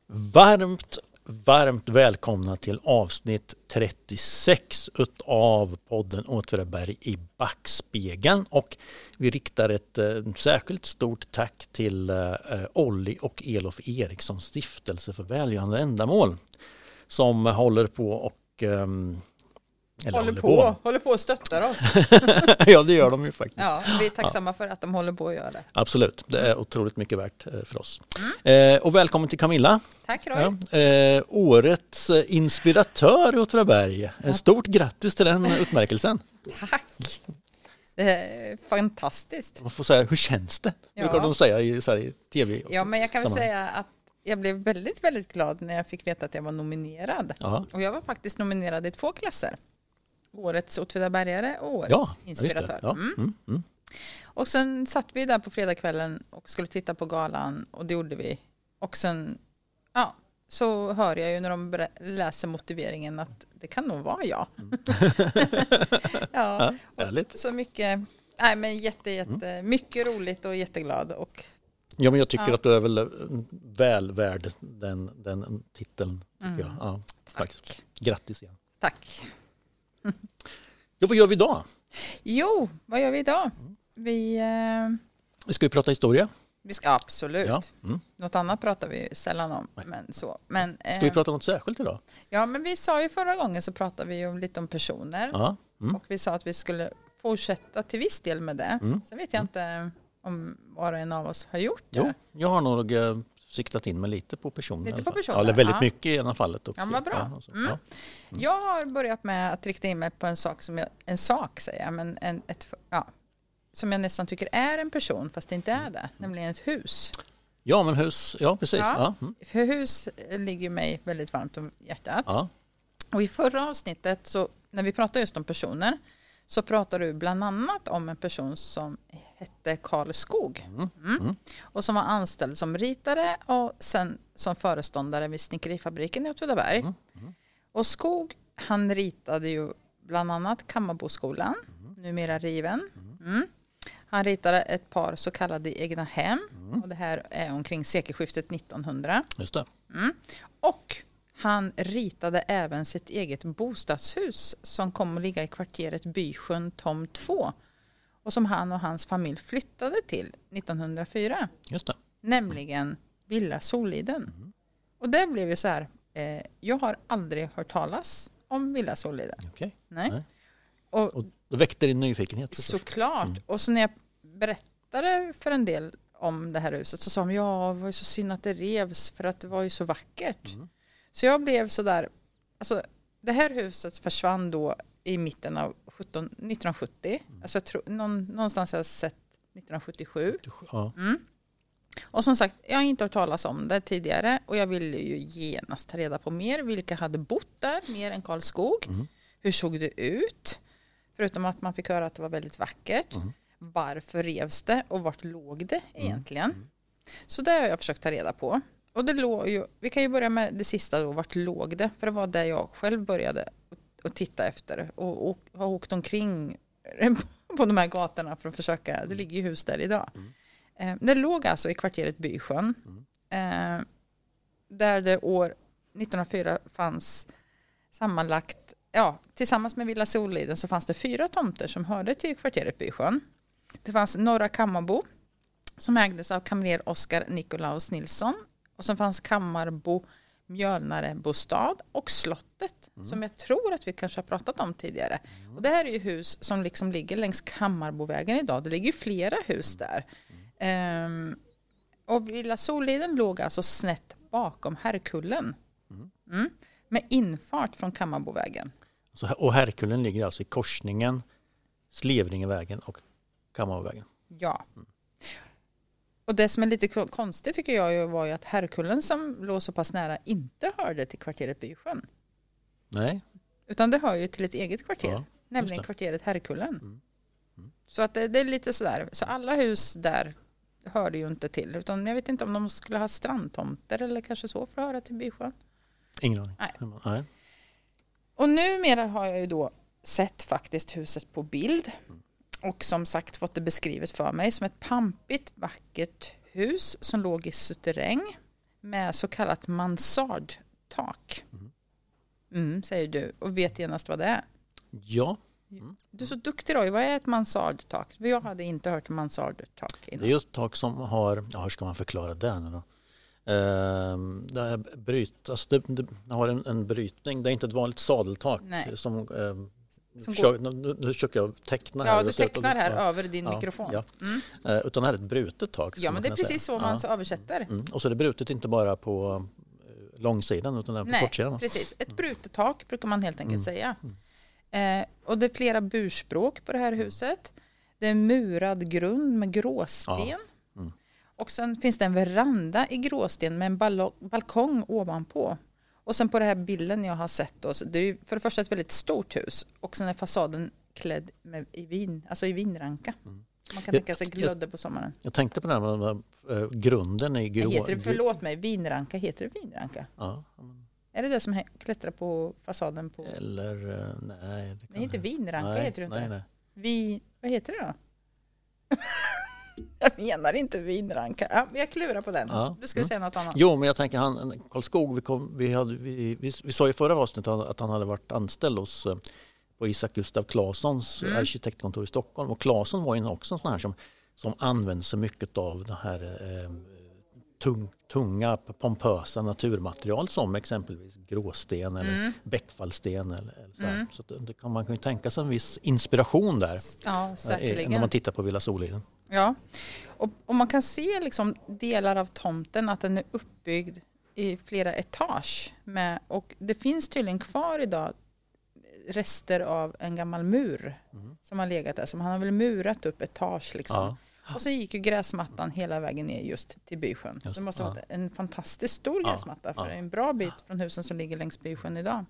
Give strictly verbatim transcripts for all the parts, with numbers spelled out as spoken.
Varmt, varmt välkomna till avsnitt trettiosex av podden Åtvidaberg i backspegeln. Och vi riktar ett eh, särskilt stort tack till eh, Olli och Elof Eriksson stiftelse för välgörande ändamål som håller på och eh, Eller håller, på, på. håller på och stöttar oss. Ja, det gör de ju faktiskt. Ja, vi är tacksamma ja. för att de håller på att göra det. Absolut, det är otroligt mycket värt för oss. Mm. Eh, och välkommen till Camilla. Tack Roy. Ja, eh, årets inspiratör i Åtvidaberg. Ja. Stort grattis till den utmärkelsen. Tack. Det är fantastiskt. Man får säga, hur känns det? Ja. Hur kan de säga i, så här, i tv? Ja, men jag kan väl säga att jag blev väldigt, väldigt glad när jag fick veta att jag var nominerad. Aha. Och jag var faktiskt nominerad i två klasser. Årets Åtvidabergare och årets ja, inspiratör. Ja. Mm. Mm, mm. Och sen satt vi där på fredagskvällen och skulle titta på galan och det gjorde vi. Och sen ja, så hör jag ju när de läser motiveringen att det kan nog vara jag. Mm. ja, ja så mycket, nej men jätte, jätte, mm. mycket roligt och jätteglad. Och, ja, men jag tycker ja. att du är väl väl värd den, den titeln. Tycker mm. jag. Ja, tack. Grattis igen. Tack. Ja, vad gör vi idag? Jo, vad gör vi idag? Vi, eh... vi ska ju prata historia. Vi ska absolut. Ja. Mm. Något annat pratar vi sällan om. Men så. Men, eh... Ska vi prata om något särskilt idag? Ja, men vi sa ju förra gången så pratade vi om lite om personer. Ja. Mm. Och vi sa att vi skulle fortsätta till viss del med det. Mm. Sen vet jag inte om var och en av oss har gjort det. Jo, jag har nog eh, siktat in mig lite på personer. Lite på personer? Ja, eller väldigt ja. mycket i alla fallet. Ja, vad bra. Ja, mm. Ja. Mm. Jag har börjat med att rikta in mig på en sak som jag, en sak säger jag, men en, ett, ja, som jag nästan tycker är en person fast det inte är det, mm. nämligen ett hus. Ja, men hus, ja precis. Ja. Ja. Mm. För hus ligger mig väldigt varmt om hjärtat. Ja. Och i förra avsnittet så när vi pratade just om personer så pratar du bland annat om en person som hette Karl Skog. Mm. Mm. Och som var anställd som ritare och sen som föreståndare vid snickerifabriken i Åtvidaberg. Mm. Mm. Och Skog, han ritade ju bland annat Kammarboskolan, mm. numera riven. Mm. Han ritade ett par så kallade egna hem. Mm. Och det här är omkring sekelskiftet nittonhundra. Just det. Mm. Och han ritade även sitt eget bostadshus som kom att ligga i kvarteret Bysjön Tom två och som han och hans familj flyttade till nittonhundrafyra. Just det. Nämligen Villa Soliden. Mm. Och det blev ju så här, eh, jag har aldrig hört talas om Villa Soliden. Okay. Nej. Nej. Och, och då väckte din nyfikenhet. Såklart. Mm. Och så när jag berättade för en del om det här huset så sa de, ja, det var ju så synd att det revs för att det var ju så vackert. Mm. Så jag blev så där, alltså det här huset försvann då i mitten av nittonhundrasjuttio. Mm. Alltså jag tror, någon, någonstans har jag sett nittonhundrasjuttiosju. Ja. Mm. Och som sagt, jag har inte hört talas om det tidigare och jag ville ju genast ta reda på mer. Vilka hade bott där, mer än Karl Skog. Mm. Hur såg det ut? Förutom att man fick höra att det var väldigt vackert. Mm. Varför revs det och vart låg det egentligen? Mm. Så det har jag försökt ta reda på. Och det låg ju, vi kan ju börja med det sista då, vart låg det? För det var där jag själv började att titta efter och, och har åkt omkring på de här gatorna för att försöka, det ligger ju hus där idag. Mm. Eh, det låg alltså i kvarteret Bysjön mm. eh, där det år nittonhundrafyra fanns sammanlagt, ja, tillsammans med Villa Soliden så fanns det fyra tomter som hörde till kvarteret Bysjön. Det fanns Norra Kammarbo som ägdes av kamrer Oskar Nikolaus Nilsson. Och sen fanns Kammarbo, Mjölnare, Bostad och slottet mm. som jag tror att vi kanske har pratat om tidigare. Mm. Och det här är ju hus som liksom ligger längs Kammarbovägen idag. Det ligger ju flera hus där. Mm. Um, och Villa Soliden låg alltså snett bakom Herkullen. Mm. Mm. Med infart från Kammarbovägen. Så, och Herkullen ligger alltså i korsningen Slevringevägen och Kammarbovägen. Ja. Mm. Och det som är lite konstigt tycker jag var ju att Herkullen som låg så pass nära inte hörde till kvarteret Bysjön. Nej. Utan det hör ju till ett eget kvarter. Ja, nämligen kvarteret Herkullen. Mm. Mm. Så att det, det är lite sådär. Så alla hus där hörde ju inte till. Utan jag vet inte om de skulle ha strandtomter eller kanske så för att höra till Bysjön. Ingen aning. Nej. Nej. Och numera har jag ju då sett faktiskt huset på bild. Mm. Och som sagt fått det beskrivet för mig som ett pampigt, vackert hus som låg i suterräng. med så kallat mansardtak. Mm. Mm, säger du och vet genast vad det är. Ja. Mm. Du är så duktig då. Vad är ett mansardtak? Jag hade inte hört mansardtak innan. Det är just ett tak som har, ja, hur ska man förklara det nu då? Uh, det, är bryt, alltså det, det har en, en brytning. Det är inte ett vanligt sadeltak. Nej. Som, uh, Som försöker, nu, nu försöker jag teckna ja, här. du tecknar här ja. över din ja, mikrofon. Ja. Mm. Uh, utan det här är ett brutet tak. Ja, men det är precis säga. så man ja. översätter. Mm. Och så är det brutet inte bara på uh, långsidan utan även på kortsidan. Nej, precis. Ett brutet tak brukar man helt enkelt mm. säga. Mm. Uh, och det är flera burspråk på det här huset. Det är murad grund med gråsten. Ja. Mm. Och sen finns det en veranda i gråsten med en bal- balkong ovanpå. Och sen på den här bilden jag har sett då, så det är ju för det första ett väldigt stort hus. Och sen är fasaden klädd med, i vin, alltså i vinranka. Mm. Man kan jag, tänka sig glödde på sommaren. Jag tänkte på det här med äh, grunden i grå... Heter det, förlåt mig, vinranka. Heter det vinranka? Ja. Är det det som he- klättrar på fasaden? På... Eller, uh, nej. Det nej, inte vinranka nej, heter det inte. Nej, nej. Vi, vad heter det då? Jag menar inte vinranka. Ja, jag klurar på den. Ja. Du skulle mm. säga något annat. Jo, men jag tänker han Karl Skog, vi, kom, vi, hade, vi, vi, vi sa i förra avsnittet att han hade varit anställd hos på Isak Gustav Claessons mm. arkitektkontor i Stockholm. Och Claesson var ju också en sån här som, som använde så mycket av det här eh, tung, tunga, pompösa naturmaterial som exempelvis gråsten eller mm. bäckfallsten. Eller, eller så mm. så det, det kan, man kan ju tänka sig en viss inspiration där. Ja, säkerligen. När man tittar på Villa Soliden. Ja, och, och man kan se liksom delar av tomten att den är uppbyggd i flera etage. Med, och det finns tydligen kvar idag rester av en gammal mur mm. som har legat där. Som han har väl murat upp etage liksom. Ja. Och så gick ju gräsmattan hela vägen ner just till Bysjön. Just, så det måste ha varit ja. en fantastiskt stor ja. gräsmatta. För ja. det är en bra bit från husen som ligger längs Bysjön idag.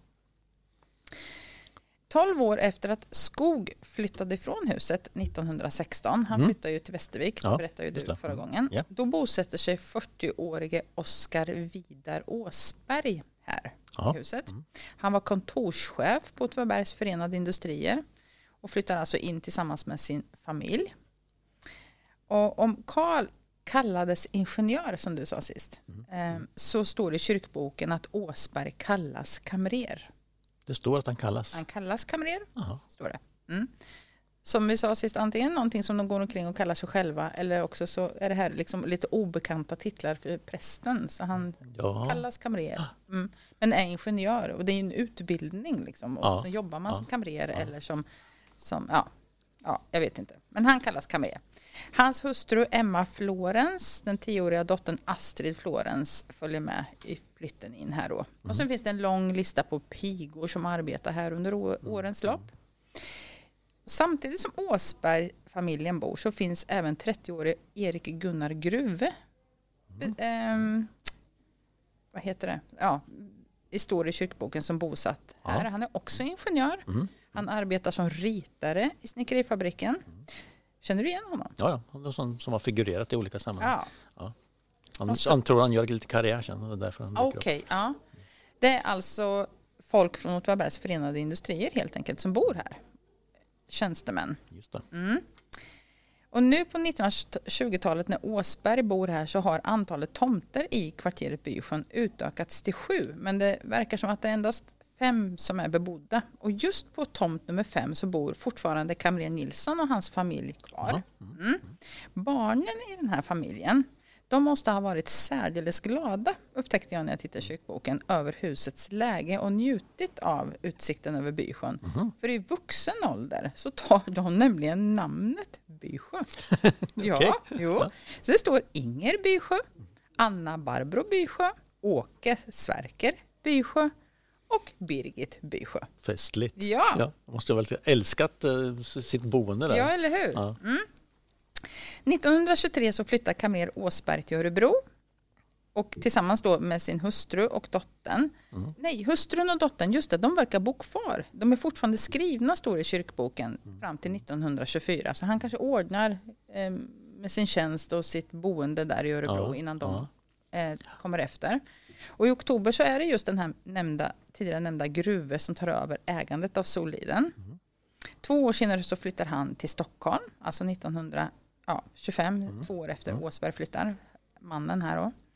tolv år efter att Skog flyttade ifrån huset nittonhundrasexton, han mm. flyttade ju till Västervik, det ja, berättade ju du förra gången. Ja. Då bosätter sig fyrtioårige Oskar Vidar Åsberg här ja. i huset. Mm. Han var kontorschef på Åtvidabergs Förenade Industrier och flyttar alltså in tillsammans med sin familj. Och om Karl kallades ingenjör, som du sa sist, mm. så står det i kyrkboken att Åsberg kallas kamrer. Det står att han kallas. Han kallas kamrer, Aha. står det. Mm. Som vi sa sist, antingen någonting som de går omkring och kallar sig själva, eller också så är det här liksom lite obekanta titlar för prästen. Så han ja. kallas kamrer. Mm. Men är ingenjör, och det är en utbildning liksom. Och ja. så jobbar man ja. som kamrer ja. eller som, som ja, ja, jag vet inte. Men han kallas kamrer. Hans hustru Emma Florens, den tioåriga dottern Astrid Florens, följer med i flytten in här då. Mm. Och sen finns det en lång lista på pigor som arbetar här under å- årens lopp. Samtidigt som Åsberg-familjen bor så finns även trettioårige Erik Gunnar Gruve. Mm. Ehm, vad heter det? Ja, det står i kyrkboken som bosatt här. Ja. Han är också ingenjör. Mm. Han arbetar som ritare i snickerifabriken. Mm. Känner du igen honom? Ja, ja. Han är sån som har figurerat i olika sammanhang. Ja. Ja. Han, så, han tror han gör lite karriär sen. Okej, okay, ja. Det är alltså folk från Åtvidabergs Förenade Industrier helt enkelt som bor här. Tjänstemän. Just det. Mm. Och nu på nittonhundratjugotalet när Åsberg bor här så har antalet tomter i kvarteret Bysjön utökats till sju. Men det verkar som att det är endast fem som är bebodda. Och just på tomt nummer fem så bor fortfarande kamrer Nilsson och hans familj kvar. Mm. Barnen i den här familjen, de måste ha varit särdeles glada, upptäckte jag när jag tittade i kyrkboken, över husets läge och njutit av utsikten över Bysjön. Mm. För i vuxen ålder så tar de nämligen namnet Bysjö. Ja, okay. jo. Så det står Inger Bysjö, Anna Barbro Bysjö, Åke Sverker Bysjö och Birgit Bysjö. Festligt. Ja. ja de måste väl älskat uh, sitt boende där. Ja, eller hur? Ja. Mm. nittonhundratjugotre så flyttar kamrer Åsberg till Örebro och tillsammans då med sin hustru och dottern. Mm. Nej, hustrun och dottern, just det, de verkar bo kvar. De är fortfarande skrivna, står i kyrkboken, mm. fram till nittonhundratjugofyra. Så han kanske ordnar eh, med sin tjänst och sitt boende där i Örebro ja. innan de ja. eh, kommer efter. Och i oktober så är det just den här nämnda, tidigare nämnda Gruve som tar över ägandet av Soliden. Mm. Två år senare så flyttar han till Stockholm, alltså nittonhundratjugofem, mm. två år efter mm. Åsberg flyttar, mannen här då.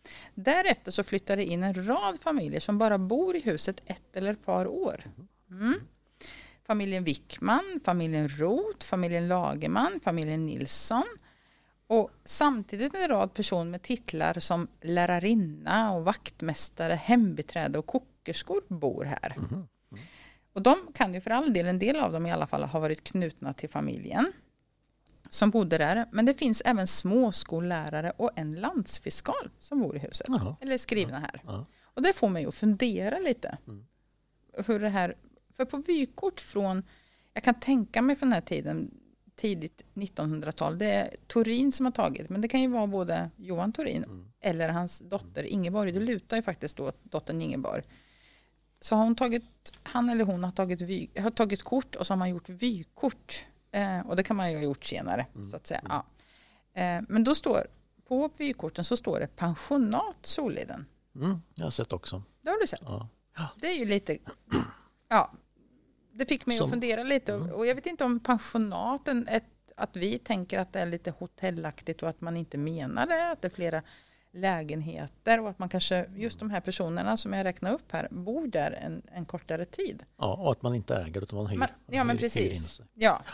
Därefter så flyttar det in en rad familjer som bara bor i huset ett eller ett par år. Mm. Familjen Wickman, familjen Roth, familjen Lagerman, familjen Nilsson. Och samtidigt en rad personer med titlar som lärarinna och vaktmästare, hembiträde och kokerskor bor här. Mm. Mm. Och de kan ju för all del, en del av dem i alla fall, ha varit knutna till familjen som bodde där. Men det finns även småskollärare och en landsfiskal som bor i huset. Aha. Eller skrivna här. Aha. Och det får mig att fundera lite. Mm. Hur det här, för på vykort från, jag kan tänka mig från den här tiden, tidigt nittonhundratal, det är Torin som har tagit, men det kan ju vara både Johan Torin mm. eller hans dotter Ingeborg. Det lutar ju faktiskt då dottern Ingeborg. Så har hon tagit, han eller hon har tagit, vy, har tagit kort och så har man gjort vykort. Eh, och det kan man ju ha gjort senare, mm. så att säga. Ja. Eh, men då står, på vykorten så står det pensionat Soliden. Mm, jag har sett också. Det har du sett? Ja. Det är ju lite, ja, det fick mig Som, att fundera lite. Mm. Och jag vet inte om pensionaten, ett, att vi tänker att det är lite hotellaktigt och att man inte menar det, att det är flera lägenheter och att man kanske, just de här personerna som jag räknar upp här, bor där en, en kortare tid. Ja, och att man inte äger utan man hyr. Man, ja, hyr, men precis. Ja.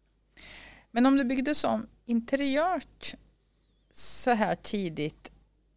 Men om det byggdes om interiört så här tidigt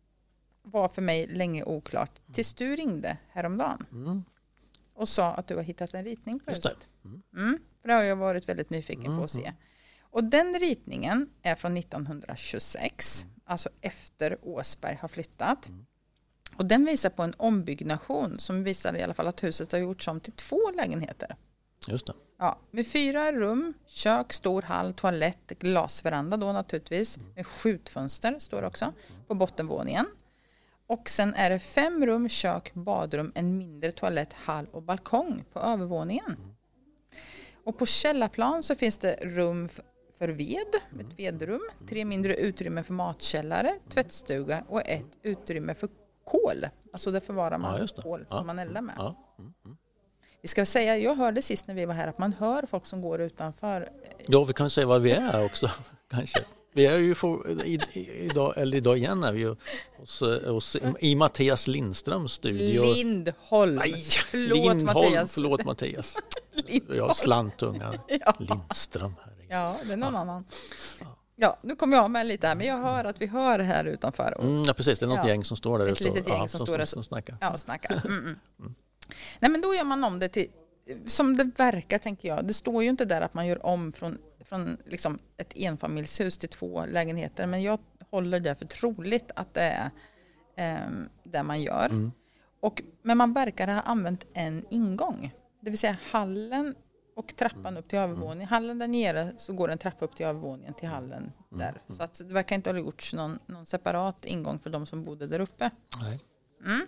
var för mig länge oklart. Mm. Tills du ringde häromdagen mm. och sa att du har hittat en ritning på huset. Mm. Mm, för det har jag varit väldigt nyfiken mm. på att se. Och den ritningen är från nittonhundratjugosex, mm. alltså efter Åsberg har flyttat. Mm. Och den visar på en ombyggnation som visar i alla fall att huset har gjorts om till två lägenheter. Just det. Ja, med fyra rum, kök, stor hall, toalett, glasveranda då naturligtvis. Mm. Med skjutfönster står det också mm. på bottenvåningen. Och sen är det fem rum, kök, badrum, en mindre toalett, hall och balkong på övervåningen. Mm. Och på källarplan så finns det rum för ved, ett vedrum, tre mindre utrymmen för matkällare, tvättstuga och ett utrymme för kol. Alltså där förvarar man ja, kol ja. som man eldar med. Ja. Mm. Mm. Vi ska säga, jag hörde sist när vi var här att man hör folk som går utanför. Ja, vi kan säga vad vi är också kanske. Vi är ju för, i, i, idag, eller idag igen är vi ju hos, hos, i Mattias Lindströms studio. Lindholm. Nej, förlåt Lindholm, Mattias. Förlåt Mattias. Jag har slantungar. Ja. Lindström. Här. Ja, det är någon ja. annan. Ja, nu kommer jag med lite här, men jag hör att vi hör här utanför. Och, mm, ja, precis. Det är något ja. gäng som står där. Ett litet gäng ja, som, som står där. Som snackar. Ja, snackar. Mm, mm. Mm. Nej, men då gör man om det till, som det verkar tänker jag. Det står ju inte där att man gör om från, från liksom ett enfamiljshus till två lägenheter. Men jag håller det för troligt att det är eh, det man gör. Mm. Och, men man verkar ha använt en ingång. Det vill säga hallen och trappan upp till övervåningen. Hallen där nere så går en trappa upp till övervåningen till hallen där. Mm. Så att det verkar inte ha gjorts någon, någon separat ingång för de som bodde där uppe. Nej. Mm.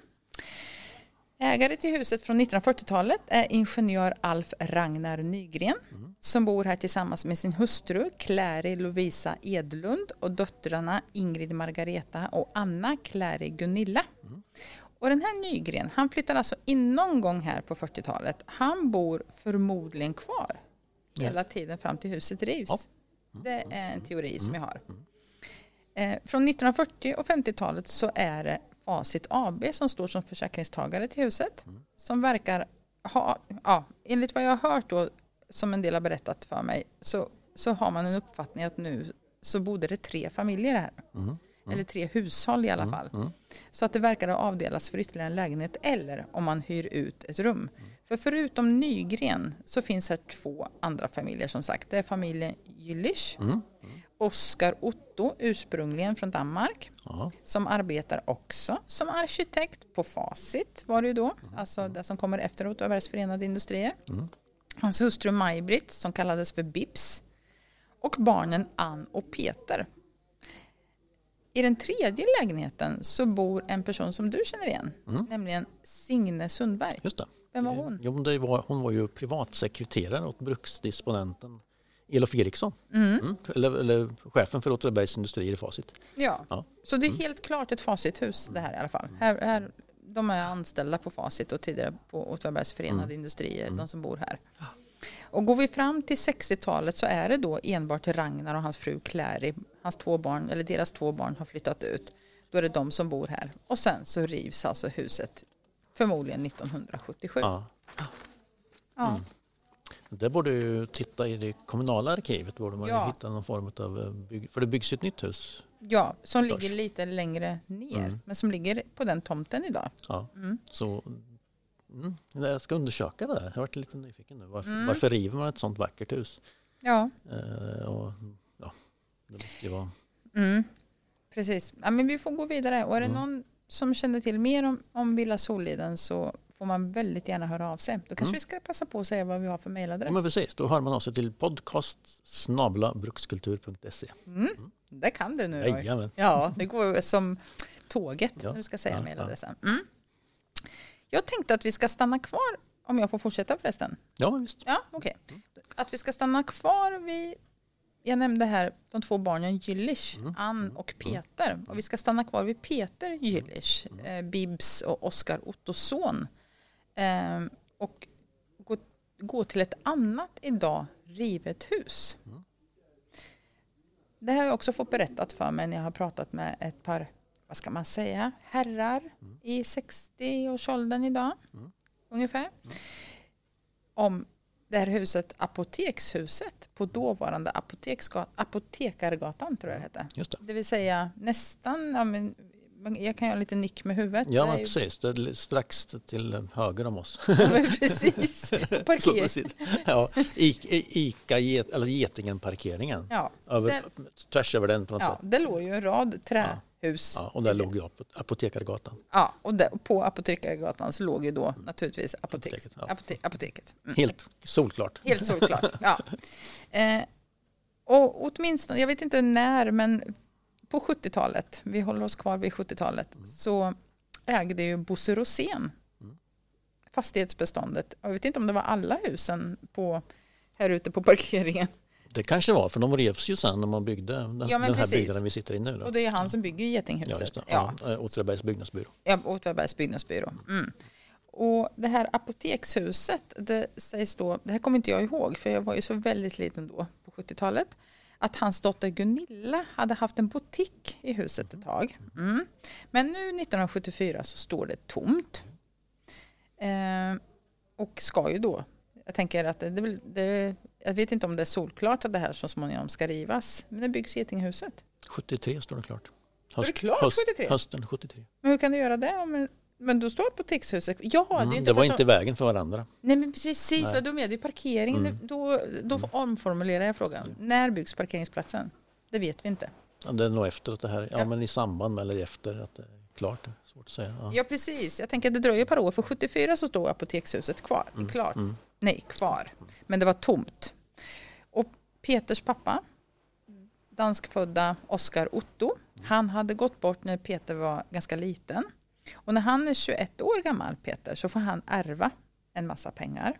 Ägare till huset från nittonhundrafyrtiotalet är ingenjör Alf Ragnar Nygren mm. som bor här tillsammans med sin hustru Clary Lovisa Edlund och döttrarna Ingrid Margareta och Anna Clary Gunilla. Mm. Och den här Nygren, han flyttar alltså in någon gång här på fyrtiotalet. Han bor förmodligen kvar ja. hela tiden fram till huset rivs. Ja. Mm. Det är en teori mm. som jag har. Mm. Eh, från nittonhundrafyrtio och femtiotalet så är det Facit A B som står som försäkringstagare till huset. Mm. Som verkar ha, ja, enligt vad jag har hört då, som en del har berättat för mig, så, så har man en uppfattning att nu så bodde det tre familjer här. Mm. Mm. Eller tre hushåll i alla mm. fall. Mm. Så att det verkar ha avdelas för ytterligare en lägenhet eller om man hyr ut ett rum. Mm. För förutom Nygren så finns här två andra familjer som sagt. Det är familjen Jyllich. Mm. Mm. Oskar Otto, ursprungligen från Danmark. Aha. Som arbetar också som arkitekt på Facit var det ju då. Mm. Alltså det som kommer efteråt Åtvidabergs förenade industrier. Mm. Hans hustru Maj-Britt som kallades för Bips. Och barnen Ann och Peter. I den tredje lägenheten så bor en person som du känner igen. Mm. Nämligen Signe Sundberg. Just det. Vem var hon? Jo, det var, hon var ju privatsekreterare åt bruksdisponenten Elof Eriksson. Mm. Mm. Eller, eller chefen för Åtvidabergs industrier i Facit. Ja. ja, så det är helt klart ett Facithus det här i alla fall. Här, här, de är anställda på Facit och tidigare på Åtvidabergs förenade mm. industrier, mm. de som bor här. Och går vi fram till sextiotalet så är det då enbart Ragnar och hans fru Clary, hans två barn, eller deras två barn har flyttat ut. Då är det de som bor här. Och sen så rivs alltså huset förmodligen nittonhundrasjuttiosju. Ja. Ja. Mm. Det borde ju titta i det kommunala arkivet. Borde man Ja. ju hitta någon form av bygg. För det byggs ju ett nytt hus. Ja, som Förstås. ligger lite längre ner. Mm. Men som ligger på den tomten idag. Ja. Mm. Så mm, jag ska undersöka det där. Jag har varit lite nyfiken nu. Varför, Mm. varför river man ett sånt vackert hus? Ja, Eh, och, ja, det måste ju vara... mm. precis. Ja, men vi får gå vidare. Och är det Mm. någon som känner till mer om, om Villa Soliden så får man väldigt gärna höra av sig. Då kanske Mm. vi ska passa på att säga vad vi har för mejladress. Ja, men precis, då hör man av sig till podcast snabel-a brukskultur punkt se. Mm. Det kan du nu. Roy. Jajamän. Ja, det går som tåget Ja. när du ska säga Ja, mejladressen. Mm. Jag tänkte att vi ska stanna kvar, om jag får fortsätta förresten. Ja, men visst. Ja, okej. Att vi ska stanna kvar vid, jag nämnde här de två barnen Gyllich, Mm. Ann och Peter. Och vi ska stanna kvar vid Peter Gyllich, eh, Bibs och Oskar Ottosson. Eh, och gå, gå till ett annat idag rivet hus. Mm. Det har jag också fått berättat för mig när jag har pratat med ett par, vad ska man säga, herrar Mm. i sextio-årsåldern idag. Mm. Ungefär. Mm. Om det här huset, Apotekshuset på dåvarande Apoteksgat- Apotekargatan tror jag det hette. Just det. Det vill säga nästan, ja, men, jag kan göra lite nick med huvudet. Ja, Det men är ju- precis. Det är strax till höger om oss. Ja, men precis. Så Parkering. precis. Ja, I- I- Ica, get, eller Getingen-parkeringen. Ja, Över, tvärs över den på något ja, sätt. det låg ju en rad trähus. Ja, och där låg ju apot- Apotekargatan. Ja, och där, på Apotekargatan så låg ju då naturligtvis apoteks, Apoteket, ja. apote, apoteket. Mm. Helt solklart. Helt solklart. Ja. Eh, och åtminstone, jag vet inte när, men på sjuttiotalet, vi håller oss kvar vid sjuttiotalet, Mm. så ägde ju Bosse Rosén Mm. fastighetsbeståndet. Jag vet inte om det var alla husen på, här ute på parkeringen. Det kanske var, för de revs ju sen när man byggde den, Ja, men den här precis. byggnaden vi sitter i nu. Då. Och det är han som bygger Ja, Getinghuset. just det. Ja. Ja. Åtvidabergs byggnadsbyrå. Ja, Åtvidabergs byggnadsbyrå. Mm. Och det här apotekshuset, det sägs då, det här kommer inte jag ihåg för jag var ju så väldigt liten då på sjuttiotalet, att hans dotter Gunilla hade haft en butik i huset ett tag. Mm. Men nu nittonhundrasjuttiofyra så står det tomt. Eh, och ska ju då, jag tänker att det, det, det, jag vet inte om det är solklart att det här så småningom ska rivas, men det byggs Getinghuset. sjuttiotre står det klart. Är det klart sjuttiotre? Hösten sjuttiotre. Men hur kan du göra det? Om, men då står apotekshuset. Ja, det är Mm, inte det var första- inte vägen för varandra. Nej men precis, Nej. vad då med det är parkeringen. Mm. Då, då omformulerar jag frågan. När byggs parkeringsplatsen? Det vet vi inte. Ja, det är nog efter att det här, ja, Ja. men i samband med eller efter att det är klart. Det är svårt att säga. Ja. Ja precis, jag tänker att det dröjer ett par år. För sjuttiofyra så står apotekshuset kvar. Det är klart. Mm. Nej, kvar. Men det var tomt. Och Peters pappa, danskfödda Oskar Otto, han hade gått bort när Peter var ganska liten. Och när han är tjugoett år gammal, Peter, så får han ärva en massa pengar.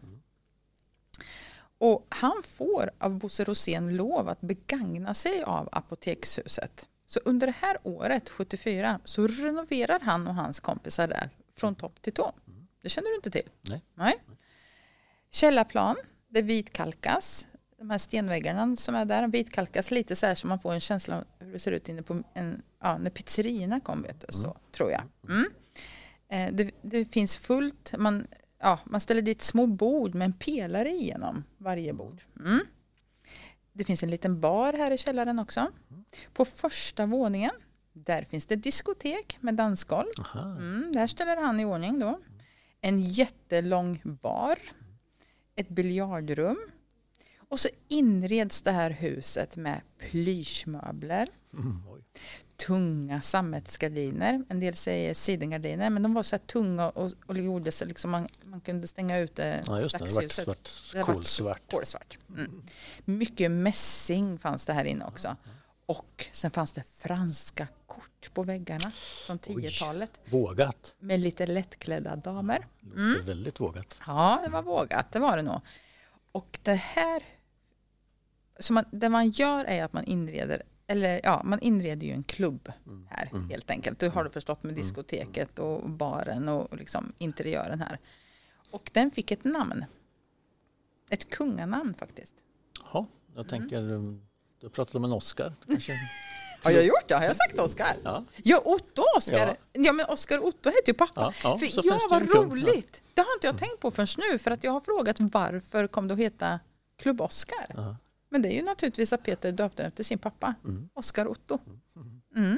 Och han får av Bosse Rosén lov att begagna sig av apotekshuset. Så under det här året, sjuttiofyra, så renoverar han och hans kompisar där från topp till tå. Det känner du inte till? Nej. Nej. Källarplan, det vitkalkas. De här stenväggarna som är där vitkalkas lite så här så man får en känsla av hur det ser ut inne på en, ja, när pizzerierna kom, vet du, så tror jag. Mm. Eh, det, det finns fullt, man, ja, man ställer dit små bord med en pelare igenom varje bord. Mm. Det finns en liten bar här i källaren också. På första våningen, där finns det diskotek med dansgolv. Aha. Mm, där ställer han i ordning då. En jättelång bar. Ett biljardrum. Och så inreds det här huset med plyschmöbler. Mm, oj. Tunga sammetsgardiner. En del säger sidengardiner. Men de var så här tunga och, och gjorde så liksom man, man kunde stänga ut det Ja, just det. Det var dagsljuset. svart, Det har varit kolsvart. kolsvart. Mm. Mycket mässing fanns det här inne också. Och sen fanns det franska kort på väggarna från tiotalet. Vågat. Med lite lättklädda damer. Låter Mm. väldigt vågat. Ja, det var vågat. Det var det nog. Och det här... Så man, det man gör är att man inreder... Eller ja, man inreder ju en klubb här Mm. helt enkelt. Du har du förstått med diskoteket och baren och liksom interiören här. Och den fick ett namn. Ett kunganamn faktiskt. Ja, jag tänker, um, du har pratat om en Oscar. Kanske. Har jag gjort det? Har jag sagt Oskar? Ja. Ja, Otto Oskar. Ja. ja, men Oskar Otto heter ju pappa. Ja, ja, för ja, vad roligt. Det har inte jag tänkt på förrän nu. För att jag har frågat varför kom det att heta Klubb Oskar. Ja. Men det är ju naturligtvis att Peter döpte efter sin pappa. Mm. Oskar Otto. Mm.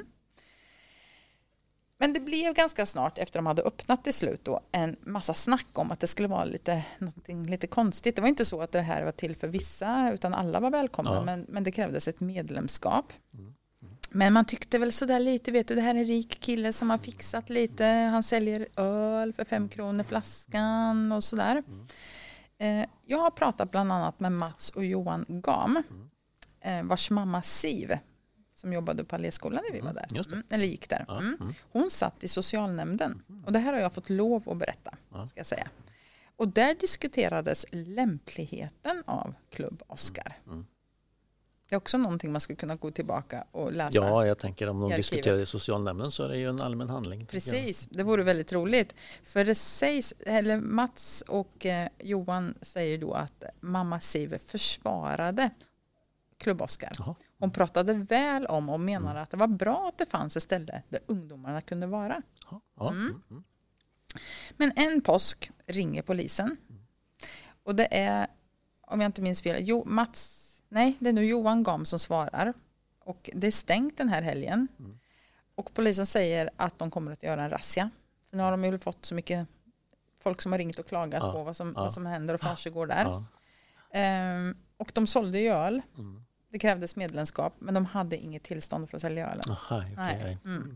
Men det blev ganska snart efter de hade öppnat till slut då en massa snack om att det skulle vara lite, någonting lite konstigt. Det var inte så att det här var till för vissa utan alla var välkomna. Ja. Men, men det krävdes ett medlemskap. Mm. Mm. Men man tyckte väl sådär lite, vet du, det här är en rik kille som har fixat lite. Han säljer öl för fem kronor flaskan och sådär. Mm. Eh, jag har pratat bland annat med Mats och Johan Gam. Eh, vars mamma Siv som jobbade på Alléskolan när vi var där. Mm, eller gick där. Mm. Hon satt i socialnämnden. Och det här har jag fått lov att berätta, ska jag säga. Och där diskuterades lämpligheten av Klubb Oskar. Mm. Det är också någonting man skulle kunna gå tillbaka och läsa. Ja, jag tänker om de diskuterar i socialnämnden så är det ju en allmän handling. Precis, det vore väldigt roligt. För det sägs, eller Mats och eh, Johan säger då att mamma Siv försvarade Klubb Oskar. Aha. Hon pratade väl om och menade mm. att det var bra att det fanns ett ställe där ungdomarna kunde vara. Ja. Mm. Mm. Men en påsk ringer polisen. Mm. Och det är, om jag inte minns fel, jo, Mats, nej, det är nu Johan Gam som svarar. Och det är stängt den här helgen. Mm. Och polisen säger att de kommer att göra en razzia. För nu har de ju fått så mycket folk som har ringt och klagat ja. på vad som, ja. vad som händer och försiggår där. Ja. Ehm, och de sålde ju öl. Mm. Det krävdes medlemskap, men de hade inget tillstånd för att sälja ölen. Aha, okay. Nej. Mm. Mm.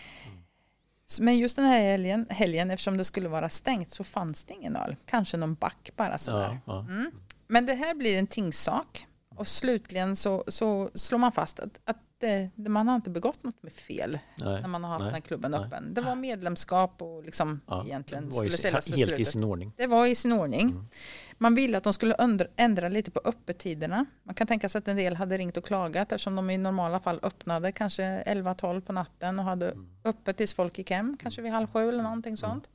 Men just den här helgen, helgen, eftersom det skulle vara stängt så fanns det ingen öl. Kanske någon back bara sådär. Ja, ja. Mm. Men det här blir en tingssak. Och slutligen så, så slår man fast att, att det, man har inte begått något med fel nej, när man har haft nej, den här klubben nej. öppen. Det var medlemskap och liksom ja, egentligen skulle säljas för helt i sin ordning. Det var i sin ordning. Mm. Man ville att de skulle ändra, ändra lite på öppettiderna. Man kan tänka sig att en del hade ringt och klagat eftersom de i normala fall öppnade kanske elva tolv på natten och hade mm. öppet tills folk gick hem, kanske vid halv sju eller någonting sånt.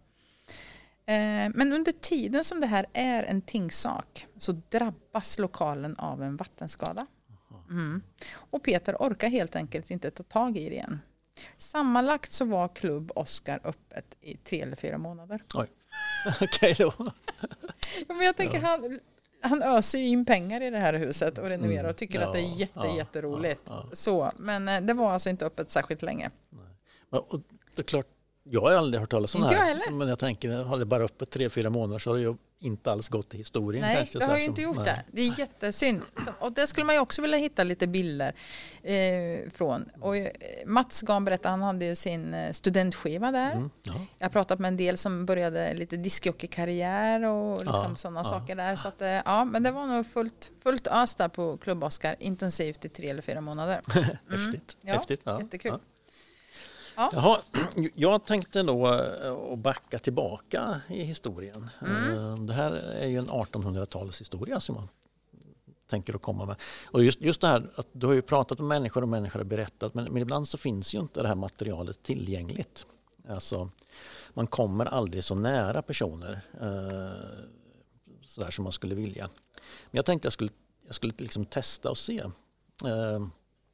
Mm. Eh, men under tiden som det här är en tingssak så drabbas lokalen av en vattenskada. Mm. Och Peter orkar helt enkelt inte ta tag i det igen. Sammanlagt så var Klubb Oskar öppet i tre eller fyra månader. Oj, okej okay, då. Ja, men jag tänker ja. han, han öser ju in pengar i det här huset och renoverar mm. och tycker ja, att det är jätte, ja, jätteroligt. Ja, ja. Så, men det var alltså inte öppet särskilt länge. Nej. Och det är klart, jag har aldrig hört talas om det här. Jag men jag tänker, har det bara öppet tre, fyra månader så har det ju inte alls gått i historien. Nej, kanske, det har ju inte gjort nej. det. Det är jättesynd. Och det skulle man ju också vilja hitta lite bilder eh, från. Och eh, Mats Gam berättade, han hade ju sin studentskiva där. Mm, ja. Jag har pratat med en del som började lite diskjockeykarriär och liksom ja, sådana ja. saker där. Så att, eh, ja, men det var nog fullt, fullt ös där på Klubb Oskar intensivt i tre eller fyra månader. Mm. Häftigt. Ja, Häftigt. Ja. Jättekul. Ja. Ja. Jaha, jag tänkte då att backa tillbaka i historien. Mm. Det här är ju en artonhundratalshistoria som man tänker att komma med. Och just, just det här att du har ju pratat med människor och människor har berättat men, men ibland så finns ju inte det här materialet tillgängligt. Alltså, man kommer aldrig så nära personer eh, så där som man skulle vilja. Men jag tänkte att jag skulle, jag skulle liksom testa och se eh,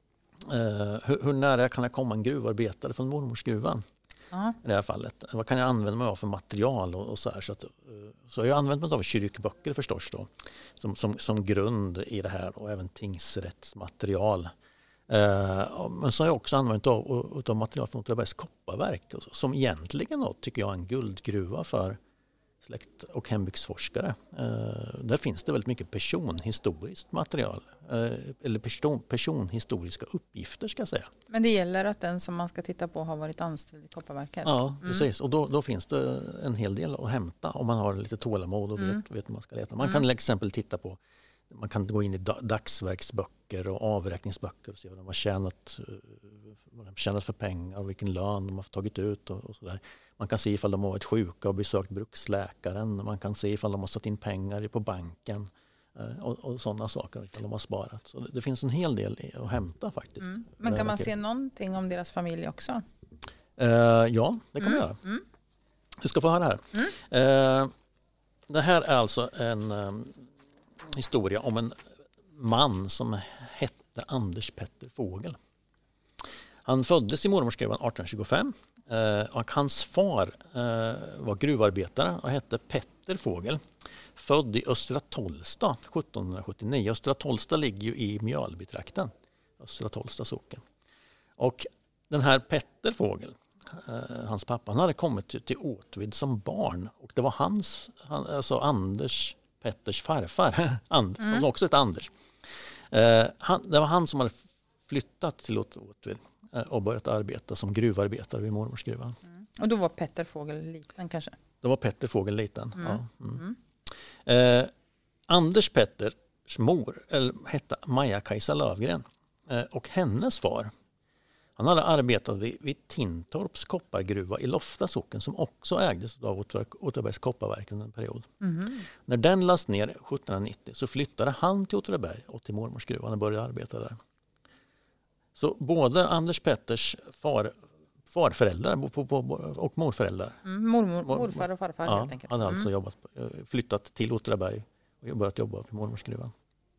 Uh, hur, hur nära kan jag komma en gruvarbetare från mormorsgruvan uh-huh. i det här fallet? Vad kan jag använda mig av för material och, och så här? Så, att, uh, så jag har använt mig av kyrkböcker förstås då, som, som, som grund i det här och även tingsrättsmaterial. Uh, men så har jag också använt mig av, av material från Åtvidabergs kopparverk som egentligen då, tycker jag är en guldgruva för släkt- och hembygdsforskare. Uh, där finns det väldigt mycket personhistoriskt material. Uh, eller person, personhistoriska uppgifter ska jag säga. Men det gäller att den som man ska titta på har varit anställd i kopparverket. Ja, mm. precis. Och då, då finns det en hel del att hämta om man har lite tålamod och vet, mm. vet hur man ska leta. Man mm. kan till exempel titta på, man kan gå in i dagsverksböcker och avräkningsböcker och se vad de har tjänat, vad de har tjänat för pengar och vilken lön de har tagit ut och, och sådär. Man kan se ifall de har varit sjuka och besökt bruksläkaren. Man kan se ifall de har satt in pengar på banken och, och sådana saker ifall de har sparat. Så det, det finns en hel del att hämta faktiskt. Mm. Men kan man se någonting om deras familj också? Uh, ja, det kan mm. man göra. Mm. Du ska få höra här. Mm. Uh, det här är alltså en um, historia om en man som hette Anders Petter Fågel. Han föddes i mormorsgruvan arton tjugofem eh, och hans far eh, var gruvarbetare och hette Petter Fågel. Född i Östra Tollsta sjuttonhundrasjuttionio. Östra Tollsta ligger ju i Mjölbytrakten. Östra Tollsta socken. Och den här Petter Fågel, eh, hans pappa, han hade kommit till, till Åtvid som barn. Och det var hans, han, alltså Anders Petters farfar, Anders, mm. som också hette Anders. Eh, han, det var han som hade flyttat till Åtvid eh, och börjat arbeta som gruvarbetare vid mormorsgruvan. Mm. Och då var Petter Fågel liten kanske? Då var Petter Fågel liten, mm. ja. Mm. Mm. Eh, Anders Petters mor eller, hette Maja-Kajsa Lövgren eh, och hennes far, han hade arbetat vid, vid Tintorps koppargruva i Lofta socken som också ägdes av Åtvidabergs kopparverk under en period. Mm. När den lades ner sjuttonhundranittio så flyttade han till Åtvidaberg och till mormorsgruvan och började arbeta där. Så både Anders Petters far, farföräldrar och morföräldrar. Mm, mormor, morfar och farfar ja, helt enkelt. Han hade mm. alltså jobbat, flyttat till Åtvidaberg och börjat jobba på mormorsgruvan.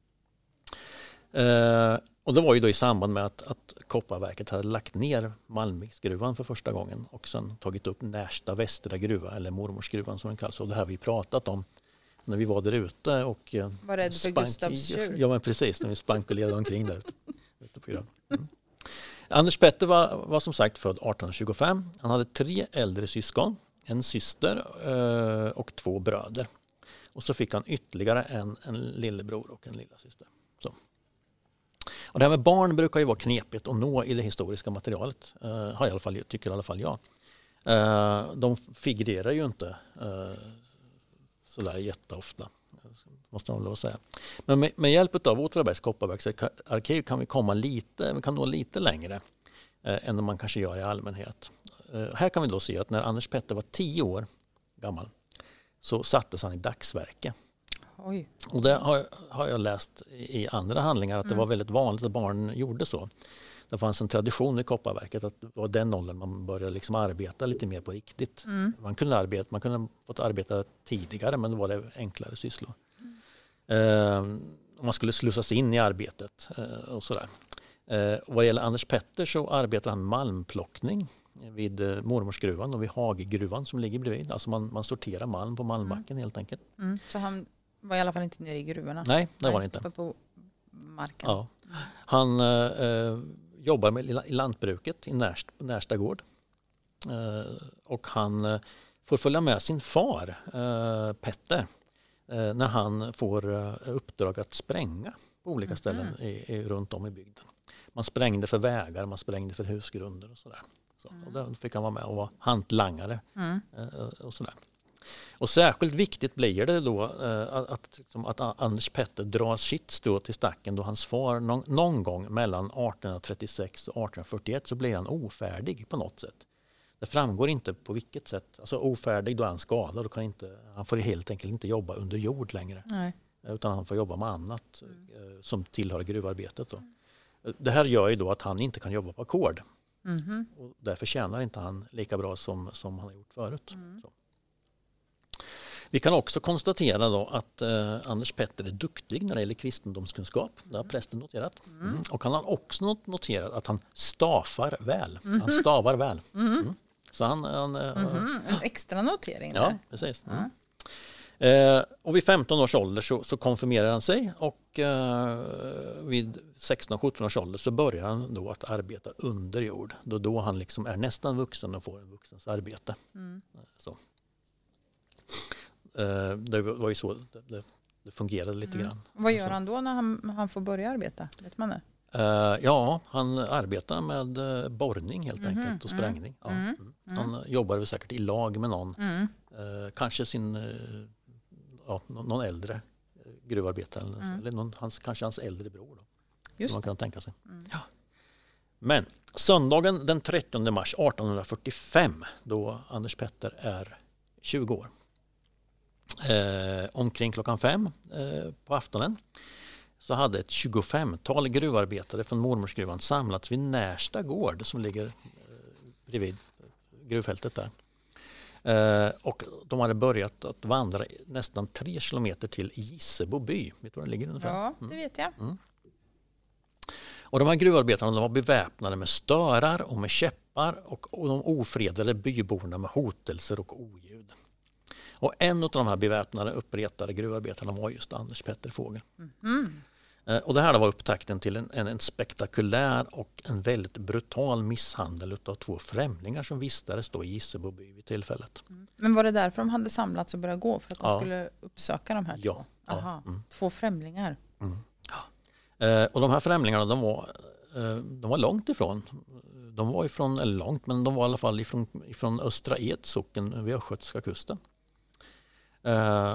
Eh, och det var ju då i samband med att, att Kopparverket hade lagt ner Malmviksgruvan för första gången och sen tagit upp Närsta Västra gruva eller mormorsgruvan som den kallas. Och det här har vi pratat om när vi var där ute och var rädd för Gustavs tjur. Ja men precis, när vi spankulerade omkring där ute på mm. Anders Petter var, var som sagt född arton tjugofem. Han hade tre äldre syskon, en syster eh, och två bröder. Och så fick han ytterligare en, en lillebror och en lilla syster. Så. Och det här med barn brukar ju vara knepigt att nå i det historiska materialet. Uh, har i alla fall, tycker i alla fall jag. Uh, de figurerar ju inte uh, sådär jätteofta. Måste man väl säga. Men med, med hjälp av Åtvidabergs kopparverks arkiv kan vi komma lite, vi kan nå lite längre uh, än man kanske gör i allmänhet. Uh, här kan vi då se att när Anders Petter var tio år gammal så sattes han i dagsverke. Oj. Och det har, har jag läst i andra handlingar att det mm. var väldigt vanligt att barn gjorde så. Det fanns en tradition i Kopparverket att det var den åldern man började liksom arbeta lite mer på riktigt. Mm. Man kunde arbeta, man kunde fått arbeta tidigare men då var det enklare sysslor. Mm. Eh, man skulle slussas in i arbetet eh, och sådär. Eh, och vad gäller Anders Petter så arbetar han malmplockning vid eh, mormorsgruvan och vid Haggruvan som ligger bredvid. Alltså man, man sorterar malm på malmbacken mm. helt enkelt. Mm. Så han var i alla fall inte nere i gruvorna? Nej, det Nej, var han inte. På marken? Ja. Han eh, jobbar med, i lantbruket i Närst, Närsta gård. Eh, och han eh, får följa med sin far, eh, Petter, eh, när han får eh, uppdrag att spränga på olika ställen mm. i, i, runt om i bygden. Man sprängde för vägar, man sprängde för husgrunder och sådär. Så, mm. och då fick han vara med och vara hantlangare mm. eh, och sådär. Och särskilt viktigt blir det då eh, att, liksom, att Anders Petter drar sitt strå till stacken då hans far någon, någon gång mellan arton trettiosex och arton fyrtioett så blir han ofärdig på något sätt. Det framgår inte på vilket sätt. Alltså ofärdig då är han skadad och kan inte, han får helt enkelt inte jobba under jord längre. Nej. Utan han får jobba med annat mm. eh, som tillhör gruvarbetet. Då. Det här gör ju då att han inte kan jobba på ackord. Mm. Och därför tjänar inte han lika bra som, som han har gjort förut. Mm. Så. Vi kan också konstatera då att eh, Anders Petter är duktig när det gäller kristendomskunskap. Det har prästen noterat. Mm. Och han har också noterat att han stavar väl. Mm. Han stavar väl. Mm. Mm. Så han, han, mm. En extra notering där. Ja, precis. Mm. Eh, och vid femton års ålder så, så konfirmerar han sig och eh, vid sexton sjutton års ålder så börjar han då att arbeta under jord. Då, då han liksom är nästan vuxen och får en vuxens arbete. Mm. Så. Uh, det var ju så det, det fungerade lite mm. grann. Vad gör han då när han, han får börja arbeta? Vet man det? Uh, ja, han arbetar med uh, borrning helt mm-hmm. enkelt och sprängning. Mm. Ja. Mm. Mm. Han jobbar väl säkert i lag med någon. Mm. Uh, kanske sin uh, ja, någon äldre gruvarbetare eller, mm. eller någon, hans, kanske hans äldre bror. Då, Just man kan tänka sig. Mm. Ja. Men söndagen den trettionde mars arton fyrtiofem då Anders Petter är tjugo år. Eh, omkring klockan fem eh, på aftonen så hade ett tjugofemtal gruvarbetare från mormorsgruvan samlats vid Närsta gård som ligger eh, bredvid gruvfältet där. Eh, och de hade börjat att vandra nästan tre kilometer till Gissebo by. Vet du var den ligger ungefär? Ja, det vet jag. Mm. Och de här gruvarbetarna de var beväpnade med störar och med käppar och, och de ofredade byborna med hotelser och oljud. Och en av de här beväpnade uppretade gruvarbetarna var just Anders Petter Fågel. Mm. Och det här var upptakten till en, en, en spektakulär och en väldigt brutal misshandel av två främlingar som vistades då i Gisseboby vid tillfället. Mm. Men var det därför de hade samlats och börjat gå? För att de ja. skulle uppsöka de här ja. två? Ja. Aha. Mm. Två främlingar? Mm. Ja. Eh, och de här främlingarna de var, eh, de var långt ifrån. De var ifrån, eller långt, men de var i alla fall ifrån, ifrån Östra Edsocken vid Östgötska kusten. Eh,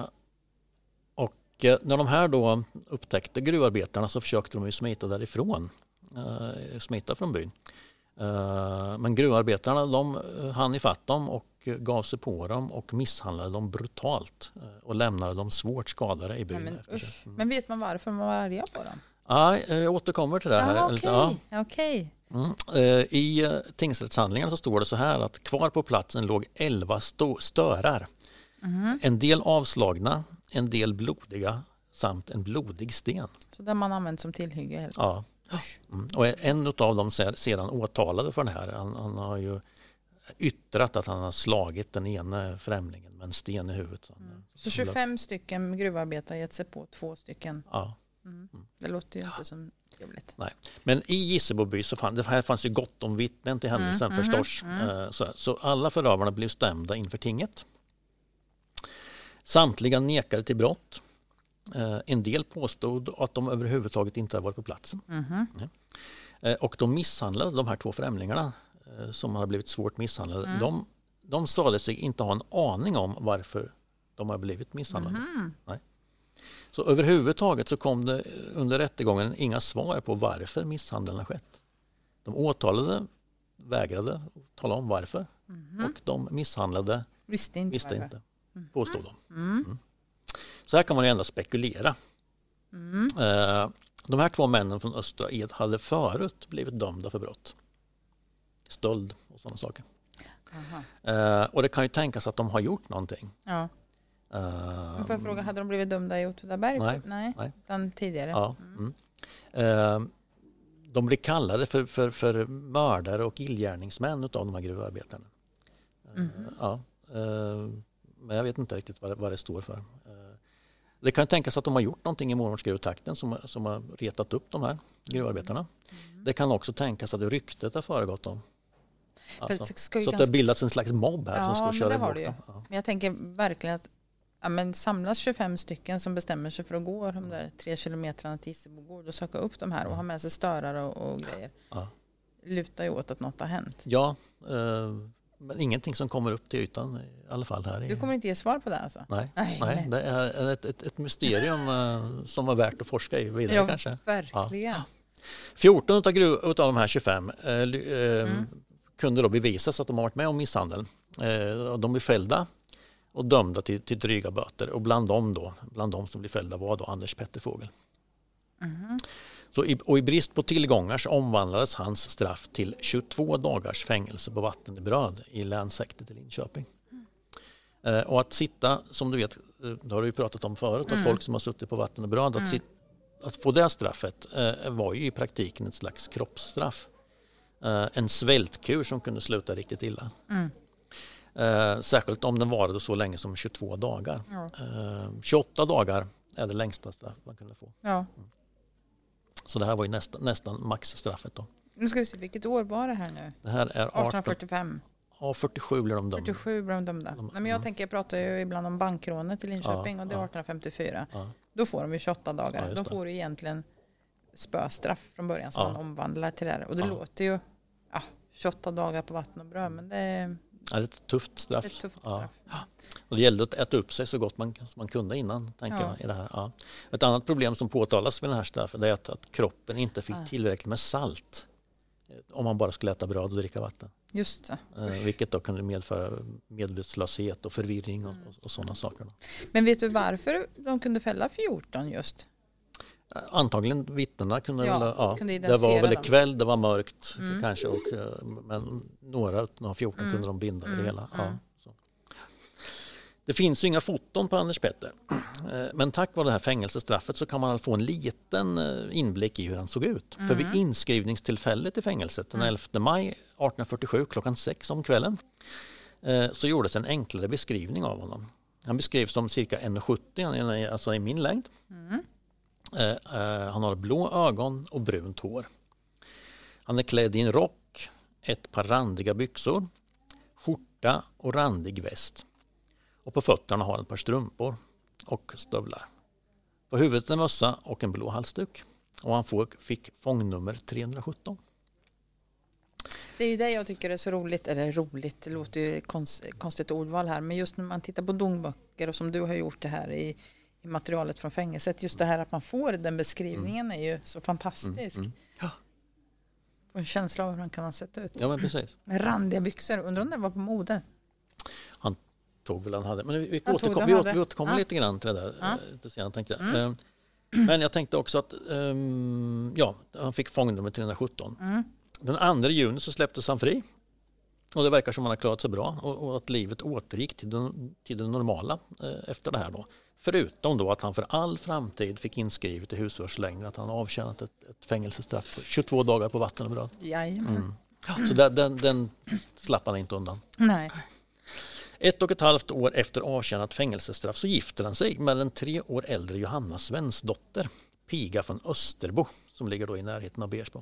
och när de här då upptäckte gruvarbetarna så försökte de ju smita därifrån. Eh, smita från byn. Eh, men gruvarbetarna de hann ifatt dem och gav sig på dem och misshandlade dem brutalt. Eh, och lämnade dem svårt skadade i byn. Ja, men, usch. men vet man varför man var arga på dem? Ja, jag återkommer till det här. Ah, okej. Okay. Ja. Okay. Mm. I tingsrättshandlingarna så står det så här att kvar på platsen låg elva stå- störar. Mm. En del avslagna, en del blodiga samt en blodig sten. Så där man använt som tillhygge? Helt. Ja. Mm. Och en av dem sedan åtalade för det här. Han, han har ju yttrat att han har slagit den ena främlingen med en sten i huvudet. Mm. Så tjugofem stycken gruvarbetare gett sig på två stycken? Ja. Mm. Det låter ju inte som trevligt. Nej. Men i Gisseboby så fann, det här fanns ju gott om vittnen till händelsen mm, förstås. Mm, mm. Så, så alla förövarna blev stämda inför tinget. Samtliga nekade till brott. En del påstod att de överhuvudtaget inte hade varit på platsen. Mm. Och de misshandlade de här två främlingarna som hade blivit svårt misshandlade. Mm. De, de sade sig inte ha en aning om varför de har blivit misshandlade. Mm. Nej. Så överhuvudtaget så kom det under rättegången inga svar på varför misshandeln har skett. De åtalade vägrade tala om varför. Mm. Och de misshandlade visste inte, visste inte påstod de. Mm. Mm. Så här kan man ju endast spekulera. Mm. De här två männen från Östra Ed hade förut blivit dömda för brott. Stöld och sådana saker. Aha. Och det kan ju tänkas att de har gjort någonting. Ja. Men får jag fråga, hade de blivit dömda i Åtvidaberg? Nej. Nej. Nej. Den tidigare? Ja. Mm. Mm. De blir kallade för, för, för mördare och illgärningsmän av de här gruvarbetarna. Mm. Ja. Men jag vet inte riktigt vad det, vad det står för. Det kan tänkas att de har gjort någonting i mormorsgruvtakten som, som har retat upp de här gruvarbetarna. Mm. Det kan också tänkas att ryktet har föregått dem. Alltså, så ganska... att det har bildats en slags mobb här ja, som ska men köra det bort har du ju. Ja. Men jag tänker verkligen att ja, men samlas tjugofem stycken som bestämmer sig för att gå de där tre kilometrarna till Gissebogård och söka upp de här och ja. ha med sig störare och, och grejer. Ja. Lutar ju åt att något har hänt. Ja, eh, men ingenting som kommer upp till ytan i alla fall här. Du kommer inte ge svar på det alltså? Nej, nej, nej. Det är ett, ett, ett mysterium eh, som var värt att forska i vidare ja, kanske. Verkligen. Ja. fjorton av, gruv, av de här tjugofem eh, eh, mm. kunde då bevisas att de har varit med om misshandel. Eh, de blev fällda och dömda till, till dryga böter. Och bland dem, då, bland dem som blev fällda var då Anders Petter Fågel. Mm. Så i, och i brist på tillgångar så omvandlades hans straff till tjugotvå dagars fängelse på Vattenbröd i länshäktet i Linköping. Mm. Eh, och att sitta, som du vet, det har du ju pratat om förut, mm. att folk som har suttit på Vattenbröd, mm. att, sit, att få det straffet eh, var ju i praktiken ett slags kroppsstraff. Eh, en svältkur som kunde sluta riktigt illa. Mm. Eh, särskilt om den varade så länge som tjugotvå dagar. Ja. Eh, tjugoåtta dagar är det längsta straff man kunde få. Ja. Mm. Så det här var ju nästan, nästan maxstraffet då. Nu ska vi se, vilket år var det här nu? Det här är arton fyrtiofem. Ja, fyrtiosju blev de dömda. fyrtiosju blev de dömda. De, Nej, men jag mm. tänker, jag pratar ju ibland om bankrånet i Linköping ja, och det är ja. arton femtiofyra. Ja. Då får de ju tjugoåtta dagar. Ja, då får du egentligen spöstraff från början som ja. man omvandlar till det här. Och det ja. låter ju ja, tjugoåtta dagar på vatten och bröd, men det är... Ja, det är ett tufft straff. Det är ett tufft straff. Ja. Och det gällde att äta upp sig så gott man, som man kunde innan, tänker ja. jag. I det här. Ja. Ett annat problem som påtalas med den här straffen är att, att kroppen inte fick ja. tillräckligt med salt om man bara skulle äta bröd och dricka vatten. Just det. Eh, vilket då kunde medföra medvetslöshet och förvirring och, mm. och, och sådana saker. Då. Men vet du varför de kunde fälla fjorton just? Antagligen vittnena kunde, ja, väl, ja, kunde det var väl dem. kväll, det var mörkt mm. kanske, och, men några av fjorton mm. kunde de binda mm. det hela. Ja, mm. så. Det finns ju inga foton på Anders Petter. Men tack vare det här fängelsestraffet så kan man få en liten inblick i hur han såg ut. Mm. För vid inskrivningstillfället i fängelset den elfte maj arton fyrtiosju klockan sex om kvällen så gjordes en enklare beskrivning av honom. Han beskrivs som cirka en komma sjuttio, alltså i min längd. Mm. Han har blå ögon och brunt hår. Han är klädd i en rock, ett par randiga byxor, skjorta och randig väst. Och på fötterna har han ett par strumpor och stövlar. På huvudet en mössa och en blå halsduk. Och han fick fångnummer trehundrasjutton. Det är ju det jag tycker är så roligt, eller roligt, det låter ju konst, konstigt ordval här, men just när man tittar på domböcker och som du har gjort det här i, i materialet från fängelset, just det här att man får den beskrivningen mm. är ju så fantastisk. Mm, mm. Ja. Får en känsla av hur han kan ha sett ut. Ja, men precis. Med randiga byxor, undrar om det var på mode. Han tog väl han hade, men vi, vi återkom, vi återkommer återkom ja. lite grann till det där ja. lite senare, tänkte jag. Mm. Men jag tänkte också att um, ja, han fick fångnummer trehundrasjutton. Mm. Den andra juni så släpptes han fri. Och det verkar som han har klarat sig bra. Och, och att livet återgick till, den, till det normala eh, efter det här då. Förutom då att han för all framtid fick inskrivet i husvårdslängden att han avtjänat ett, ett fängelsestraff för tjugotvå dagar på vatten och bröd. Jajamän. Mm. Så den, den, den slapp han inte undan. Nej. Ett och ett halvt år efter avtjänat fängelsestraff så gifter han sig med den tre år äldre Johanna Svensdotter, piga från Österbo, som ligger då i närheten av Bersbo.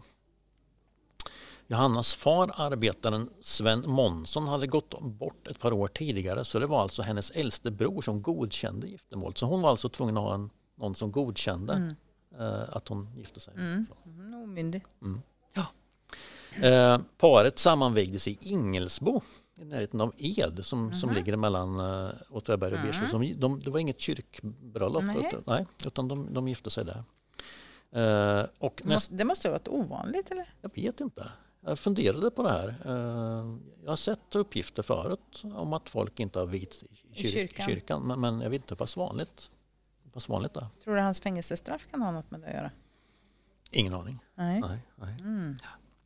Johannas far, arbetaren Sven Månsson, hade gått bort ett par år tidigare, så det var alltså hennes äldste bror som godkände giftermålet. Så hon var alltså tvungen att ha en, någon som godkände mm. eh, att hon gifte sig. Mm. Mm, omyndig. Mm. Ja. Eh, paret sammanvägdes i Ingelsbo i närheten av Ed som, mm. som ligger mellan uh, Åtvidaberg och mm. Bersbo. Som, de, det var inget kyrkbröllop utan, nej, utan de, de gifte sig där. Uh, och det, måste, det måste ha varit ovanligt, eller? Jag vet inte. Jag funderade på det här. Uh, jag har sett uppgifter förut om att folk inte har vigts i, kyr- I kyrkan, kyrkan men, men jag vet inte hur pass vanligt, hur pass vanligt det är. Tror du hans fängelsestraff kan ha något med det att göra? Ingen aning. Nej. nej, nej. Mm.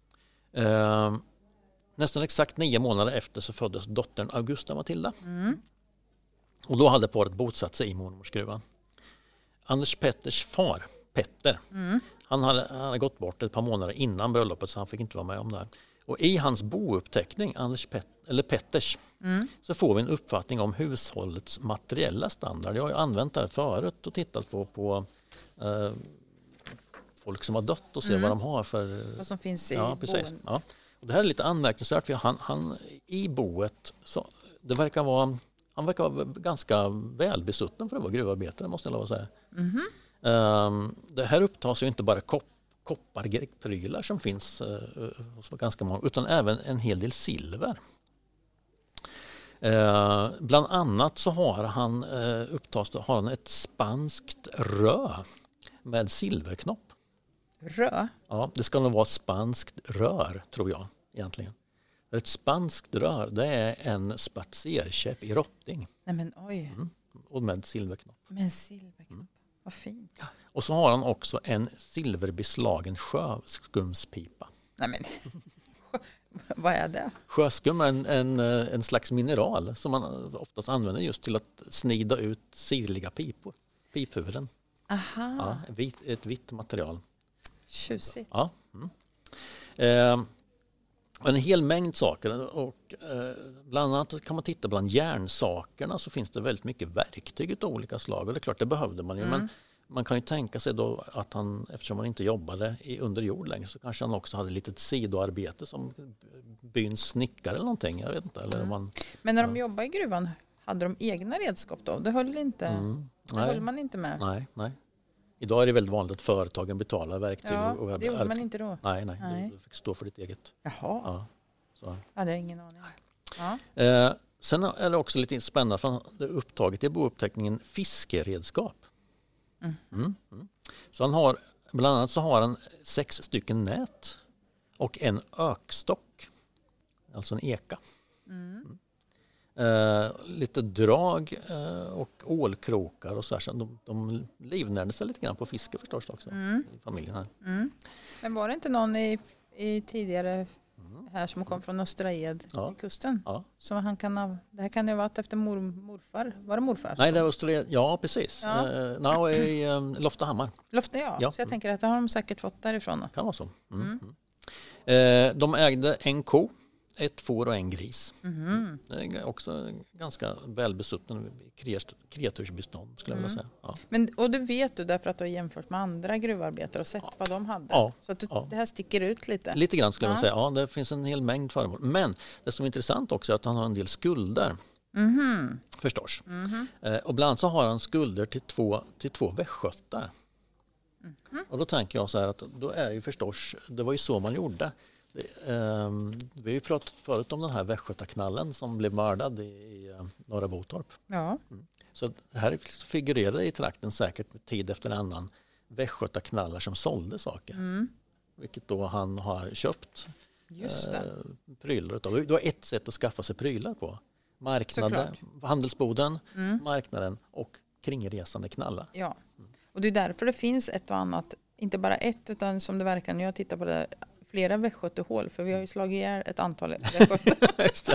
Uh, Nästan exakt nio månader efter så föddes dottern Augusta Matilda. Mm. Och då hade paret bosatt sig i mormorsgruvan. Anders Petters far, Petter, mm. han, hade, han hade gått bort ett par månader innan bröllopet så han fick inte vara med om det här. Och i hans bouppteckning, Anders Pet, eller Petters, mm. så får vi en uppfattning om hushållets materiella standard. Jag har ju använt det här förut och tittat på, på eh, folk som har dött och se mm. vad de har för... Vad som finns i ja, precis. Ja. Det här är lite anmärkningsvärt för han, han i boet så det verkar vara han verkar vara ganska välbesutten för att vara gruvarbetare, måste jag lov att säga. Mm-hmm. Um, det här upptas ju inte bara kopp, kopparprylar som finns uh, hos ganska många, utan även en hel del silver. Uh, bland annat så har han uh, upptas har han ett spanskt rö med silverknopp. Rö? Ja, det ska nog vara spanskt rör, tror jag egentligen. Ett spanskt rör, det är en spatserkäpp i rotting. Nej men oj. Mm. Och med silverknopp. Med silverknopp, mm. vad fint. Ja. Och så har han också en silverbeslagen sjöskumspipa. Nej men, vad är det? Sjöskum är en, en, en slags mineral som man oftast använder just till att snida ut sirliga pipor. Piphuvuden. Aha. Ja, ett vitt, ett vitt material. Tjusigt. Ja. Mm. Eh, en hel mängd saker och eh, bland annat kan man titta bland järnsakerna så finns det väldigt mycket verktyg av olika slag och det är klart det behövde man ju mm. men man kan ju tänka sig då att han, eftersom han inte jobbade i under jord längre så kanske han också hade lite sidoarbete som byns snickare eller någonting, jag vet inte. Eller mm. man, men när ja. de jobbade i gruvan hade de egna redskap då? Det höll inte, mm. det höll man inte med? Nej, nej. Idag är det väldigt vanligt att företagen betalar verktyg. Ja, och, och det gjorde man inte då. Nej, nej, nej. Du fick stå för ditt eget. Jaha, ja, så. Jag hade ingen aning. Ja. Eh, sen är det också lite spännande för det är upptaget i bouppteckningen fiskeredskap. Mm. Mm, mm. Så han har, bland annat så har han sex stycken nät och en ökstock, alltså en eka. Mm. Mm. Uh, lite drag uh, och ålkrokar och så här. Så de, de livnärde sig lite grann på fiske förstås också mm. i familjen här. Mm. Men var det inte någon i, i tidigare här som kom från Östra Ed Ja. i kusten. Ja. Så han kan ha, det här kan ju ha varit efter mor, morfar. Var det morfar? Nej, det är Östra Ed. Ja, precis. Ja. Uh, no, i um, Loftahammar. Lofte, ja. Ja. Så jag tänker att det har de säkert fått därifrån. Då. Kan vara så. Mm. Mm. Mm. Uh, de ägde en ko, ett får och en gris. Mm. Det är också ganska välbesutten kreatursbestånd skulle jag vilja säga. Ja. Men, och det vet du därför att du har jämfört med andra gruvarbetare och sett Ja. vad de hade. Ja. Så att du, Ja. det här sticker ut lite. Lite grann skulle jag Ja. vilja säga. Ja, det finns en hel mängd föremål. Men det som är intressant också är att han har en del skulder. Mhm. Förstås. Mhm. Eh, och bland annat så har han skulder till två, till två västgötar. Mhm. Och då tänker jag så här att då är ju förstås, det var ju så man gjorde. Det, ehm, vi har ju pratat förut om den här västgötaknallen som blev mördad i, i eh, Norra Botorp. Ja. Så det här figurerar i trakten säkert med tid efter annan västgötaknallar som sålde saker. Mm. Vilket då han har köpt Just det. eh, prylar utav. Det var ett sätt att skaffa sig prylar på. Marknaden, Såklart. handelsboden, Mm. marknaden och kringresande knallar. Ja. Och det är därför det finns ett och annat, inte bara ett utan som det verkar när jag tittar på det, flera västgötehål för vi har ju slagit ihjäl ett antal västgötor.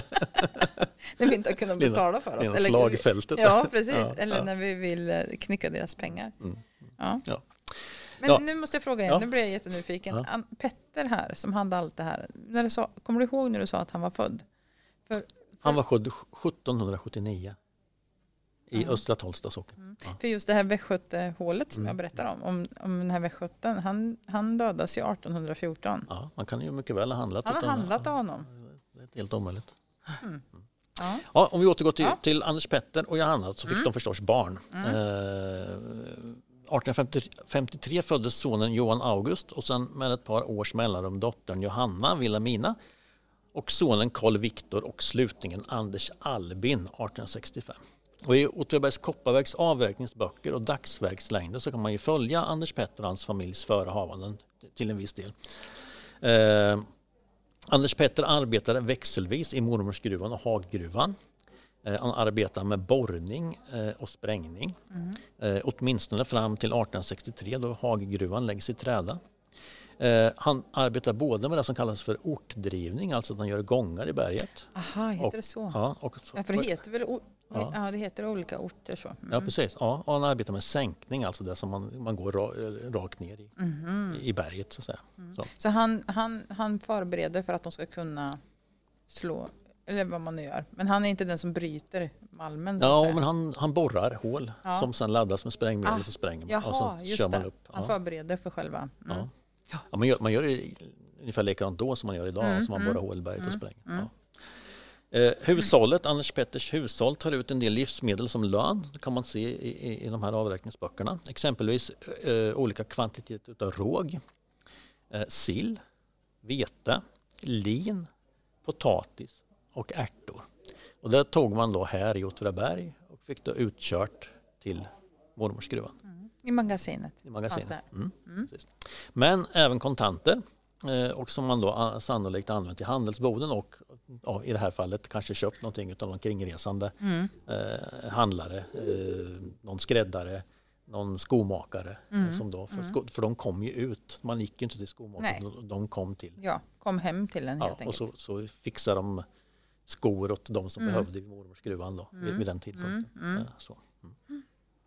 när vi inte har kunnat betala för oss. Inom slagfältet. Ja, precis. Ja, Eller ja. när vi vill eh, knycka deras pengar. Mm. Ja. Ja. Men Ja. nu måste jag fråga igen, Ja. nu blir jag jättenyfiken. Ja. An- Petter här som hade allt det här. När du sa, kommer du ihåg när du sa att han var född? För, för, Han var född sjuttonhundrasjuttionio i Ja. Östra Tollsta socken. Mm. Ja. för just det här västgötehålet som Mm. jag berättar om, om, om den här västgöten, han, han dödas ju artonhundrafjorton. Ja, man kan ju mycket väl ha handlat. Han har utan- handlat av honom. Det är helt omöjligt. Ja. Ja, om vi återgår till, Ja. till Anders Petter och Johanna så fick Mm. de förstås barn. Mm. Eh, artonhundrafemtiotre föddes sonen Johan August och sen med ett par års mellanrum dottern Johanna Wilhelmina och sonen Carl Viktor och slutningen Anders Albin artonhundrasextiofem. Och i Åtvidabergs Kopparbergs avverkningsböcker och dagsverkslängder så kan man ju följa Anders Petter och hans familjs förehavanden till en viss del. Eh, Anders Petter arbetade växelvis i Mormorsgruvan och Haggruvan. Eh, han arbetade med borrning eh, och sprängning. Mm. Eh, åtminstone fram till artonhundrasextiotre då Haggruvan läggs i träda. Eh, han arbetar både med det som kallas för ortdrivning, alltså att han gör gångar i berget. Aha, heter Och- det så? Ja, och så, Ja, för det heter väl o- Ja. ja. det heter olika orter så. Mm. ja precis. Ja, och han arbetar med sänkning, alltså det som man, man går ra, rakt ner i, Mhm. i berget så att säga. Så. Så han, han, han förbereder för att de ska kunna slå, eller vad man nu gör. Men han är inte den som bryter malmen så att Ja, säga. men han, han borrar hål Ja. som sen laddas med sprängmedel Ah, och så spränger man. Jaha, och så just kör man det. upp. Han Ja. förbereder för själva. Mm. Ja. Ja, man, gör, man gör det ungefär likadant då som man gör idag, Mm, alltså man mm, borrar hål i berget och mm, spränger. mm. Ja. Eh, hushållet, Anders Petters hushåll tar ut en del livsmedel som lön. Det kan man se i, i, i de här avräkningsböckerna. Exempelvis eh, olika kvantiteter av råg, eh, sill, vete, lin, potatis och ärtor. Och det tog man då här i Åtvidaberg och fick då utkört till Mormorsgruvan Mm. I magasinet. i magasinet. Fanns Mm, Mm. precis. Men även kontanter eh, och som man då a- sannolikt använt i handelsboden och ja, i det här fallet kanske köpt någonting av någon kringresande Mm. eh, handlare, eh, någon skräddare, någon skomakare. Mm. Eh, som då, för, Mm. sko- för de kom ju ut, man gick ju inte till skomakaren, de, de kom till. Ja, kom hem till en Ja, helt och enkelt. så, så fixade de skor åt de som Mm. behövde i mormorsgruvan då, vid, Mm. vid den tidpunkten. Mm, mm. Eh, Så. Mm.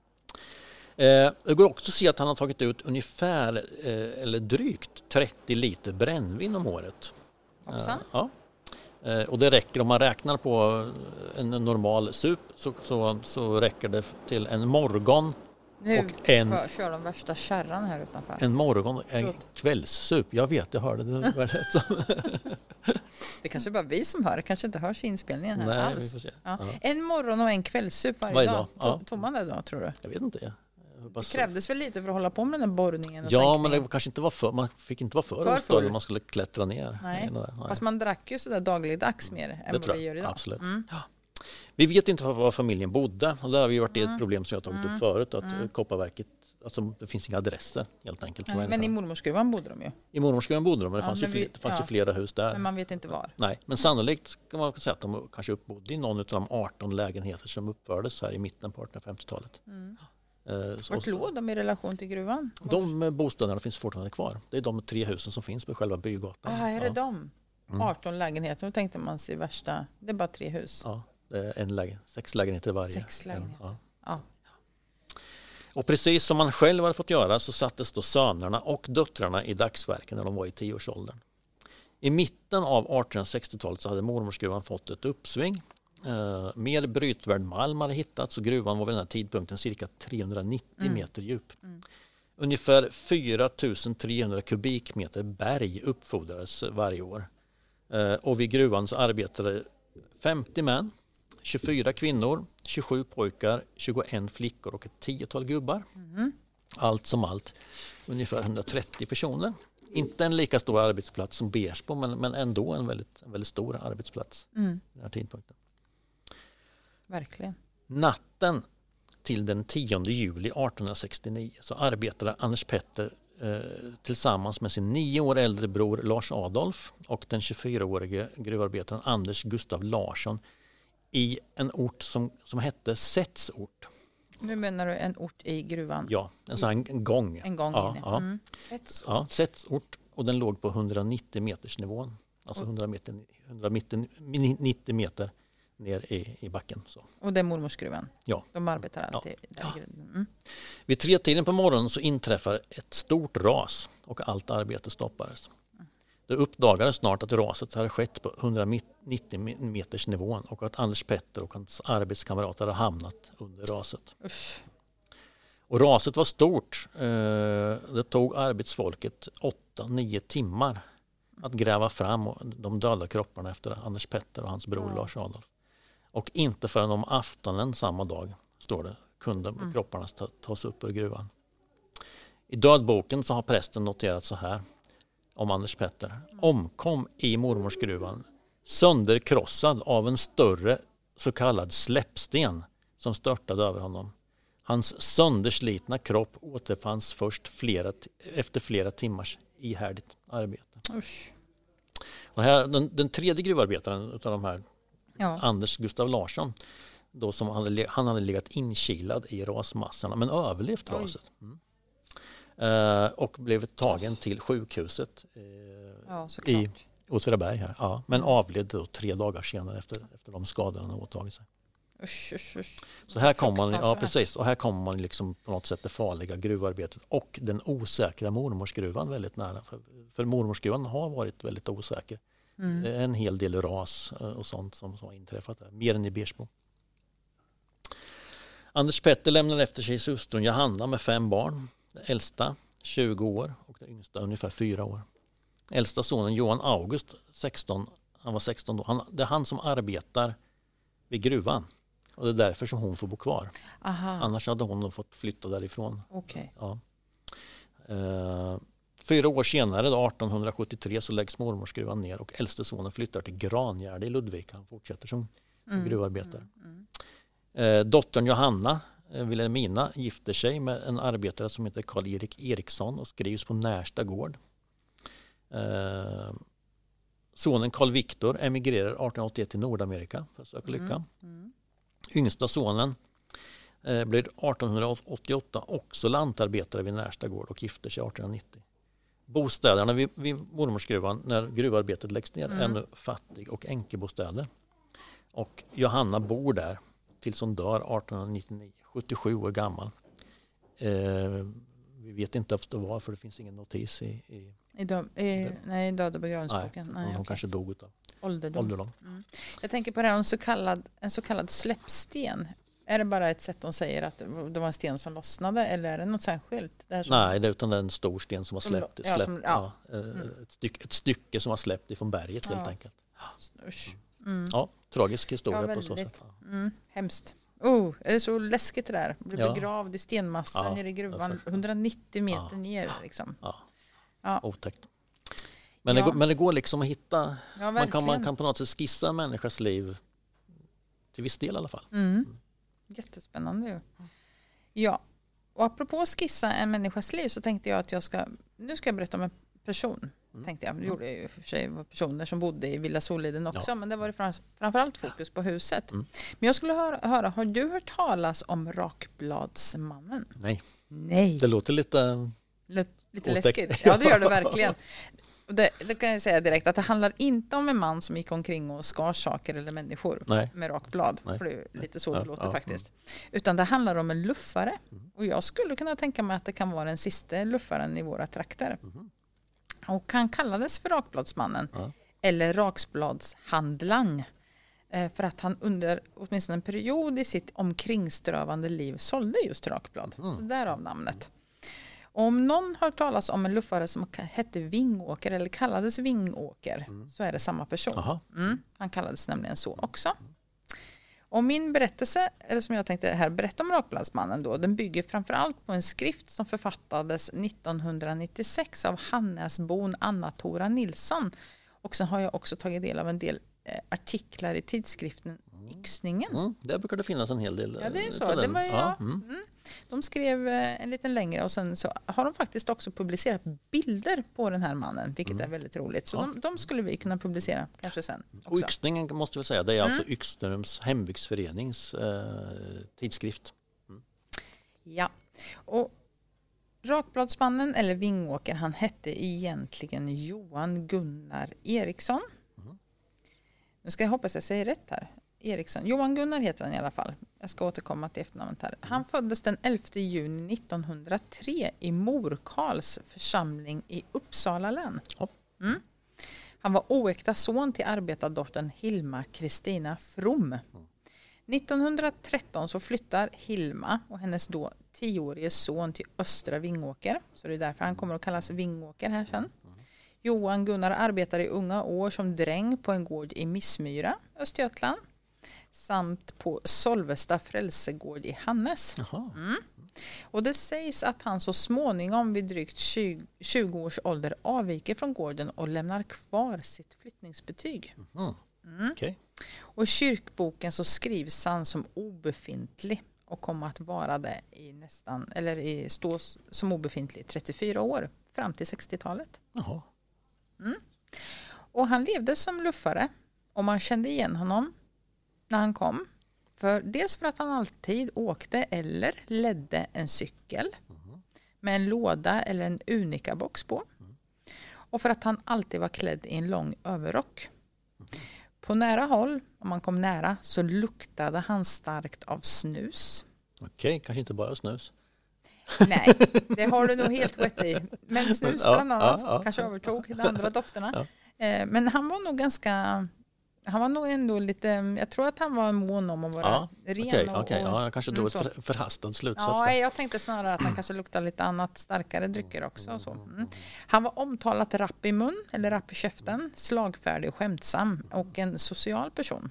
Eh, det går också att se att han har tagit ut ungefär eh, eller drygt trettio liter brännvin om året. Hoppsan. Eh, ja. Eh, och det räcker om man räknar på en normal sup så, så, så räcker det till en morgon, Nu och en- för, kör de värsta kärran här utanför. en morgon, en Förlåt. kvällssup. Jag vet, jag hörde det. Var rätt som. Det kanske bara vi som hör, det kanske inte hörs i inspelningen här Nej, vi alls. får se. Ja. Ja. En morgon och en kvällssup varje, Varje dag. dag, ja. Tog, tog man det då tror du? Jag vet inte. Jag hoppas- Det krävdes väl lite för att hålla på med den där borrningen och Ja, sänkningen. men det kanske inte var för, man fick inte vara för, För ostörd full. om man skulle klättra ner. Nej. Nej. Nej. Fast man drack ju sådär dagligdags mer än Det vad tror vi jag, gör idag. absolut. Mm. Vi vet inte var, var familjen bodde och det har ju varit Mm. ett problem som jag har tagit Mm. upp förut, att Mm. Kopparverket, alltså det finns inga adresser helt enkelt. Nej, men i mormorsgruvan bodde de ju. I Mormorsgruvan bodde de, men det Ja, fanns, men ju, fler, vi- det fanns ja. ju flera hus där. Men man vet inte var. Nej, men sannolikt ska man säga att de kanske uppbodde i någon av de arton lägenheter som uppfördes här i mitten på artonhundrafemtiotalet. Mm. Eh, så- Vart låg de i relation till gruvan? De bostäderna finns fortfarande kvar. Det är de tre husen som finns på själva bygatan. Ah, är det ja. de? Mm. arton lägenheter. Då tänkte man sig värsta, det är bara tre hus. Ja, det är en lägen, sex lägenheter varje. Sex lägenheter. En, ja. Ja. Och precis som man själv hade fått göra så sattes då sönerna och döttrarna i dagsverken när de var i tioårsåldern. I mitten av artonhundrasextiotalet så hade mormorsgruvan fått ett uppsving. Eh, mer brytvärd malm hade hittats och gruvan var vid den här tidpunkten cirka trehundranittio mm. meter djup. Mm. Ungefär fyra tusen trehundra kubikmeter berg uppfodrades varje år. Eh, och vid gruvan så arbetade femtio män, tjugofyra kvinnor, tjugosju pojkar, tjugoen flickor och ett tiotal gubbar. Mm. Allt som allt ungefär hundratrettio personer. Inte en lika stor arbetsplats som Bersbo, men, men ändå en väldigt, en väldigt stor arbetsplats mm. den här tidpunkten. Verkligen. Natten till den tionde juli artonhundrasextionio så arbetade Anders Petter eh, tillsammans med sin nio år äldre bror Lars Adolf och den tjugofyraårige gruvarbetaren Anders Gustav Larsson i en ort som, som hette Sättsort. Nu menar du en ort i gruvan? Ja, en sån här en gång. En gång ja, inne. ja. Mm. Sättsort. Ja, Sättsort, och den låg på hundranittio meters nivån. Alltså hundra meter, hundranittio meter ner i, i backen. Så. Och det är mormorsgruvan? Ja. De arbetar alltid ja. där i grunden. Mm. Vid tretiden på morgonen så inträffar ett stort ras och allt arbete stoppades. Det uppdagades snart att raset hade skett på hundranittio meters nivån och att Anders Petter och hans arbetskamrater hade hamnat under raset. Usch. Och raset var stort. Det tog arbetsfolket åtta nio timmar att gräva fram de döda kropparna efter Anders Petter och hans bror ja. Lars Adolf. Och inte förrän om aftonen samma dag, står det, kunde mm. kropparna tas upp ur gruvan. I dödboken så har prästen noterat så här om Anders Petter. Omkom i mormorsgruvan, sönderkrossad av en större så kallad släppsten som störtade över honom. Hans sönderslitna kropp återfanns först flera, efter flera timmars ihärdigt arbete. Usch. Och här, den, den tredje gruvarbetaren av de här, ja. Anders Gustav Larsson, då som hade, han hade legat inkilad i rasmassorna men överlevt Oj. raset. Mm. Uh, och blev tagen till sjukhuset uh, ja, i Åtvidaberg här. Ja, men avled då tre dagar senare efter, efter de skadorna han åtagit sig. Usch, usch, usch. Så här kommer man, ja precis, och här kommer man liksom på något sätt det farliga gruvarbetet och den osäkra mormorsgruvan väldigt nära. För, för mormorsgruvan har varit väldigt osäker. Mm. Det är en hel del ras och sånt som, som har inträffat där, mer än i Bersbo. Anders Petter lämnade efter sig hustrun Johanna med fem barn. Den äldsta tjugo år och den yngsta ungefär fyra år. Äldsta sonen Johan August sexton, han var sexton då. Han, det är han som arbetar vid gruvan. Och det är därför som hon får bo kvar. Aha. Annars hade hon fått flytta därifrån. Okay. Ja. Uh, fyra år senare, då artonhundrasjuttiotre, så läggs mormorsgruvan ner och äldste sonen flyttar till Grangärde i Ludvika. Han fortsätter som, som mm. gruvarbetare. Mm. Mm. Uh, dottern Johanna, uh, Wilhelmina, gifter sig med en arbetare som heter Karl-Erik Eriksson och skrivs på Närsta gård. Uh, sonen Carl Victor emigrerar artonhundraåttioett till Nordamerika för att söka lycka. Mm. Mm. Yngsta sonen eh, blev artonhundraåttioåtta också lantarbetare vid Närsta gård och gifter sig artonhundranittio. Bostäderna vid, vid mormorsgruvan när gruvarbetet läggs ner mm. är ännu fattig och enkebostäder. Och Johanna bor där tills hon dör artonhundranittionio, sjuttiosju år gammal. Eh, vi vet inte efter vad för det finns ingen notis i... i, I, dö, i nej, död och begravningsboken. Nej, nej, hon okay. kanske dog utav ålderdom. ålderdom. Mm. Jag tänker på det här, en så kallad, en så kallad släppsten. Är det bara ett sätt de säger att det var en sten som lossnade eller är det något särskilt? Det här som... Nej, det är utan det är en stor sten som har släppt. Ja, släppt som, ja. Ja, mm. ett, stycke, ett stycke som har släppt ifrån berget ja. helt enkelt. Usch. Mm. Ja, tragisk historia ja, på så sätt. Ja. Mm. Hemskt. Oh, är det så läskigt det där? Blir ja. begravd i stenmassan ja, nere i gruvan. hundranittio meter ja. ner liksom. Ja, ja. otäckt. Men, ja. det går, men det går liksom att hitta, ja, man, kan, man kan på något sätt skissa en människas liv till viss del i alla fall. Mm. Mm. Jättespännande ju. Ja, och apropå skissa en människas liv så tänkte jag att jag ska, nu ska jag berätta om en person. Mm. Tänkte jag, det gjorde jag ju för sig personer som bodde i Villa Soliden också, ja. men det var det framförallt fokus på huset. Mm. Men jag skulle höra, höra, har du hört talas om Rakbladsmannen? Nej. Nej. Det låter lite... Lite läskigt. Ja, det gör det verkligen. Det, det kan jag säga direkt att det handlar inte om en man som gick omkring och skar saker eller människor Nej. med rakblad. Nej. För det är lite så det Ja, låter ja, faktiskt. Utan det handlar om en luffare. Mm. Och jag skulle kunna tänka mig att det kan vara den sista luffaren i våra trakter. Mm. Och han kallades för rakbladsmannen. Ja. Eller rakbladshandlaren. För att han under åtminstone en period i sitt omkringströvande liv sålde just rakblad. Mm. Så därav namnet. Och om någon har talas om en luffare som hette Vingåker eller kallades Vingåker mm. så är det samma person. Mm. Han kallades nämligen så också. Och min berättelse, eller som jag tänkte här berätta om rakbladsmannen då, den bygger framförallt på en skrift som författades nittonhundranittiosex av Hannesbon Anna-Tora Nilsson. Och så har jag också tagit del av en del eh, artiklar i tidskriften Yxningen. Mm, där brukar det finnas en hel del. Ja, det är så. Det var jag. Ja, mm. Mm. De skrev eh, en liten längre och sen så har de faktiskt också publicerat bilder på den här mannen, vilket mm. är väldigt roligt. Så ja. de, de skulle vi kunna publicera kanske sen också. Och Yxningen måste vi säga, det är mm. alltså Yxströms hembygdsförenings eh, tidskrift. Mm. Ja, och rakbladsmannen eller Vingåker, han hette egentligen Johan Gunnar Eriksson. Mm. Nu ska jag hoppas jag säger rätt här. Eriksson. Johan Gunnar heter han i alla fall. Jag ska återkomma till efternamnet här. Han föddes den elfte juni nittonhundratre i Morkarls församling i Uppsala län. Mm. Han var oäkta son till arbetardottern Hilma Kristina From. nittonhundratretton så flyttar Hilma och hennes då tioårige son till Östra Vingåker. Så det är därför han kommer att kallas Vingåker här sen. Johan Gunnar arbetar i unga år som dräng på en gård i Missmyra, Östergötland. Samt på Solvesta frälsegård i Hannes. Mm. Och det sägs att han så småningom vid drygt tjugo års ålder avviker från gården och lämnar kvar sitt flyttningsbetyg. Mm. Mm. Okay. Och i kyrkboken så skrivs han som obefintlig och kommer att vara det i nästan, eller i, stå som obefintlig i trettiofyra år fram till sextiotalet. Jaha. Mm. Och han levde som luffare och man kände igen honom när han kom. För dels för att han alltid åkte eller ledde en cykel mm. med en låda eller en Unica-box på. Mm. Och för att han alltid var klädd i en lång överrock. Mm. På nära håll, om man kom nära, så luktade han starkt av snus. Okej, kanske inte bara snus. Nej, det har du nog helt rätt i. Men snus bland annat ja, ja, kanske ja. övertog de andra dofterna. Ja. Men han var nog ganska... Han var nog ändå lite... Jag tror att han var mån om att vara ja, ren. Okej, och, okej. Ja, jag kanske drog ett för, förhastad slutsats. Ja, jag tänkte snarare att han kanske luktade lite annat starkare drycker också. Och så. Mm. Han var omtalat rapp i mun, eller rapp i käften, slagfärdig och skämtsam och en social person.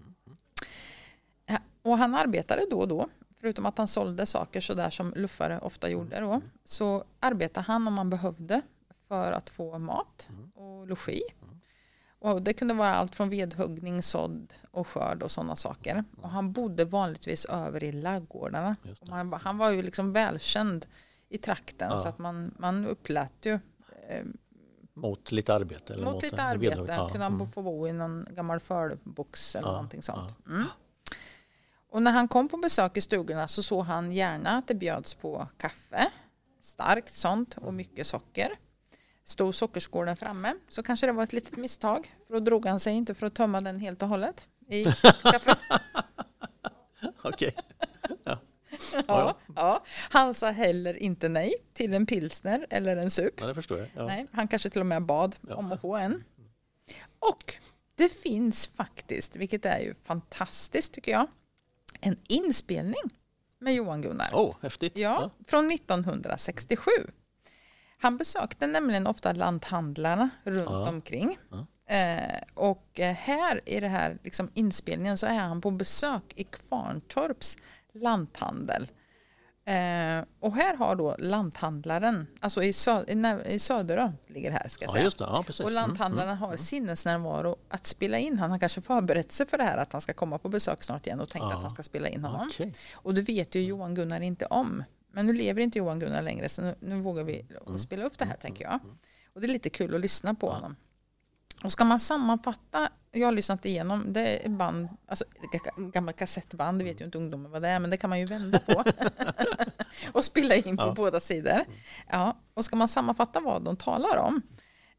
Och han arbetade då och då. Förutom att han sålde saker så där som luffare ofta gjorde då, så arbetade han om man behövde för att få mat och logi. Och det kunde vara allt från vedhuggning, sådd och skörd och sådana saker. Och han bodde vanligtvis över i laggårdarna. Och han, han var ju liksom välkänd i trakten ja. så att man, man upplät ju eh, mot lite arbete. Eller mot, mot lite arbete. Ja. Kunde han mm. få bo i någon gammal förbox eller ja. någonting sånt. Mm. Och när han kom på besök i stugorna så såg han gärna att det bjöds på kaffe, starkt sånt och mycket socker. Stod sockerskålen framme så kanske det var ett litet misstag. För då drog han sig inte för att tömma den helt och hållet i kaffe. Okej. Ja. Ja, ja. Han sa heller inte nej till en pilsner eller en sup. Ja, det förstår jag. Ja. Nej, han kanske till och med bad ja. om att få en. Och det finns faktiskt, vilket är ju fantastiskt tycker jag, en inspelning med Johan Gunnar. Åh, oh, häftigt. Ja, ja, från nittonhundrasextiosju. Han besökte nämligen ofta lanthandlarna runt ja. omkring. Ja. Eh, och här i det här liksom inspelningen så är han på besök i Kvarntorps lanthandel. Eh, och här har då lanthandlaren, alltså i, sö- i Söderö ligger här ska jag säga. Ja, just det. Ja, precis. Och lanthandlaren mm, mm, har sinnesnärvaro att spela in. Han har kanske förberett sig för det här att han ska komma på besök snart igen och tänkt ja. att han ska spela in honom. Okay. Och det vet ju Johan Gunnar inte om. Men nu lever inte Johan Gunnar längre så nu, nu vågar vi mm. spela upp det här tänker jag. Och det är lite kul att lyssna på ja. honom. Och ska man sammanfatta, jag har lyssnat igenom, det är band, alltså gamla kassettband, det vet ju inte ungdomar vad det är, men det kan man ju vända på och spela in på ja. båda sidor. Ja, och ska man sammanfatta vad de talar om,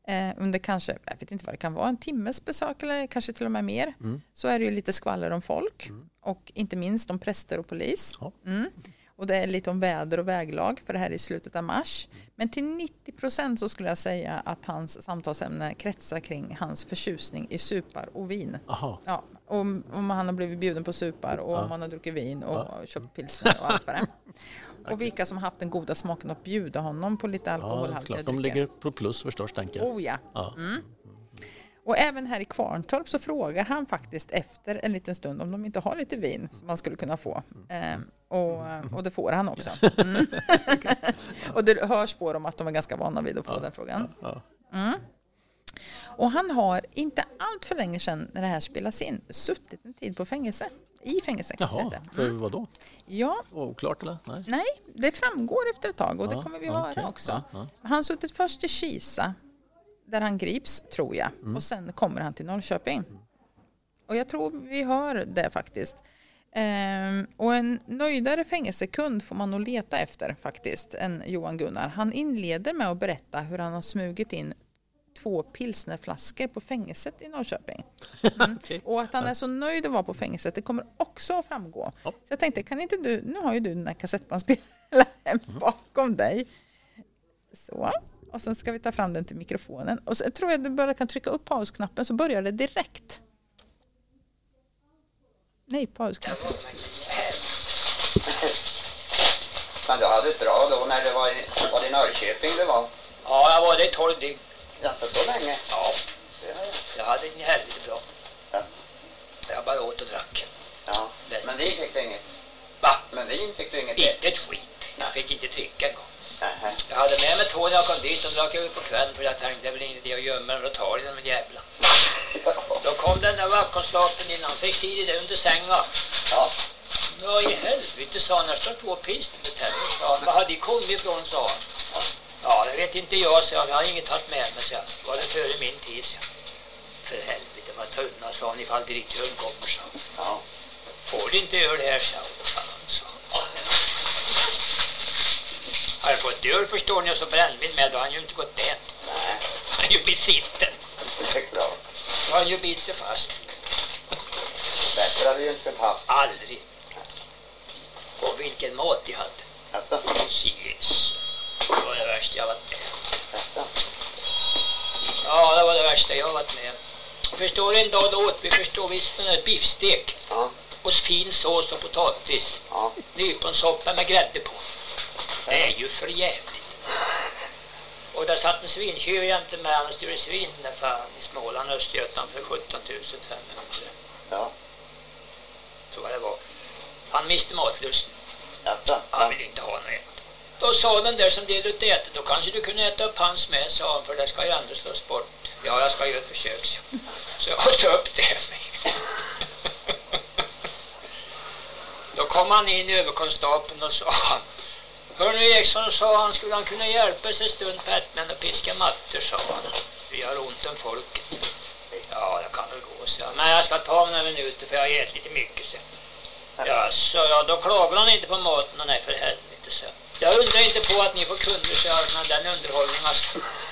eh, under kanske, jag vet inte vad det kan vara, en timmes besök eller kanske till och med mer, mm. så är det ju lite skvaller om folk mm. och inte minst om präster och polis. Ja. Mm. Och det är lite om väder och väglag, för det här är i slutet av mars. Men till nittio procent så skulle jag säga att hans samtalsämne kretsar kring hans förtjusning i supar och vin. Aha. Ja, om, om han har blivit bjuden på supar och ja. om han har druckit vin och ja. köpt pilsner och allt vad det är. Okay. Och vilka som har haft den goda smaken att bjuda honom på lite alkoholhaltiga ja, de ligger på plus förstås, tänker jag. Oh ja. ja. Mm. Och även här i Kvarntorp så frågar han faktiskt efter en liten stund om de inte har lite vin som man skulle kunna få. Ehm, och, och det får han också. Mm. Och det hörs på dem att de är ganska vana vid att få ja, den frågan. Ja, ja. Mm. Och han har inte allt för länge sedan när det här spelas in suttit en tid på fängelse. I fängelse. Jaha, för mm. vad då? Ja. Oklart eller? Nej. Nej, det framgår efter ett tag och ja, det kommer vi okay. höra också. Ja, ja. Han har suttit först i Kisa där han grips, tror jag. Mm. Och sen kommer han till Norrköping. Mm. Och jag tror vi hör det faktiskt. Ehm, och en nöjdare fängelsekund får man nog leta efter faktiskt än Johan Gunnar. Han inleder med att berätta hur han har smugit in två pilsnerflaskor på fängelset i Norrköping. Mm. Okay. Och att han är så nöjd att vara på fängelset, det kommer också att framgå. Ja. Så jag tänkte, kan inte du, nu har ju du den här kassettbandspelaren mm. bakom dig. Så. Och sen ska vi ta fram den till mikrofonen. Och så tror jag att du bara kan trycka upp pausknappen så börjar det direkt. Nej, pausknappen. Men du hade ett bra då när det var i, var det i Norrköping det var? Ja, jag var det i tolv dygn. Alltså så länge? Ja, jag hade en helvete bra. Ja. Jag bara åt och drack. Ja, Bäst. Men vin fick du inget? Va? Men vin fick du inget? Inte ett skit. Jag fick inte dricka en gång. Uh-huh. Jag hade med mig två när jag kom dit och drack ut på kvällen för jag tänkte det är väl inget idé att gömma den och ta den med jävla. Då kom den där vaktkonstapeln in, han fick sig det under sängen. Ja. Ja i helvete, sa han, när står två pilsner på tänder, sa han. Vad hade de kommit ifrån, sa han. Ja, det vet inte jag, sa han. Jag har inget tagit med mig, sa han. Det var det före min tid, sa han. För helvete, vad tunna, sa han, ifall direktören kommer, sa han. Ja. Får du inte göra det här, sa han. Fan, sa han. Har jag fått öl förstår ni och så brännvin med, då har han ju inte gått det. Nej. Han är ju besitten. Det är klart. Då har han ju bit sig fast. Bättre hade ju inte haft. Aldrig. Och vilken mat de hade. Alltså? Yes. Det var det värsta jag varit med. Alltså? Ja, det var det värsta jag varit med. Förstår du en dag då åt vi förstår vi en biffstek. Ja. Och fin sås och potatis. Ja. Nyponsoppa med grädde på. Det är ju för jävligt. Och där satt en svinkör jämte med han och styrde svin där fan i Småland, Östergötland för sjutton tusen femhundra. Ja. Så vad det var. Han miste matlusten. Alltså, han ville inte ha något äta. Då sa den där som delade ut äta, då kanske du kunde äta upp hans med, sa han, för det ska ju ändå slås bort. Ja, jag ska göra ett försök, så. Så jag åt upp det. Då kom han in i överkonstapeln och sa han, hör nu Eriksson, sa han, skulle han kunna hjälpa sig en stund på Ärtmän och piska mattor, sa han. Vi har ont om folket. Ja, jag kan väl gå, så. Men jag ska ta några minuter för jag har ätit lite mycket, så. Ja, så ja, då klagar han inte på maten och nej för helvete, så. Jag undrar inte på att ni får kunder, så jag den underhållningen, alltså.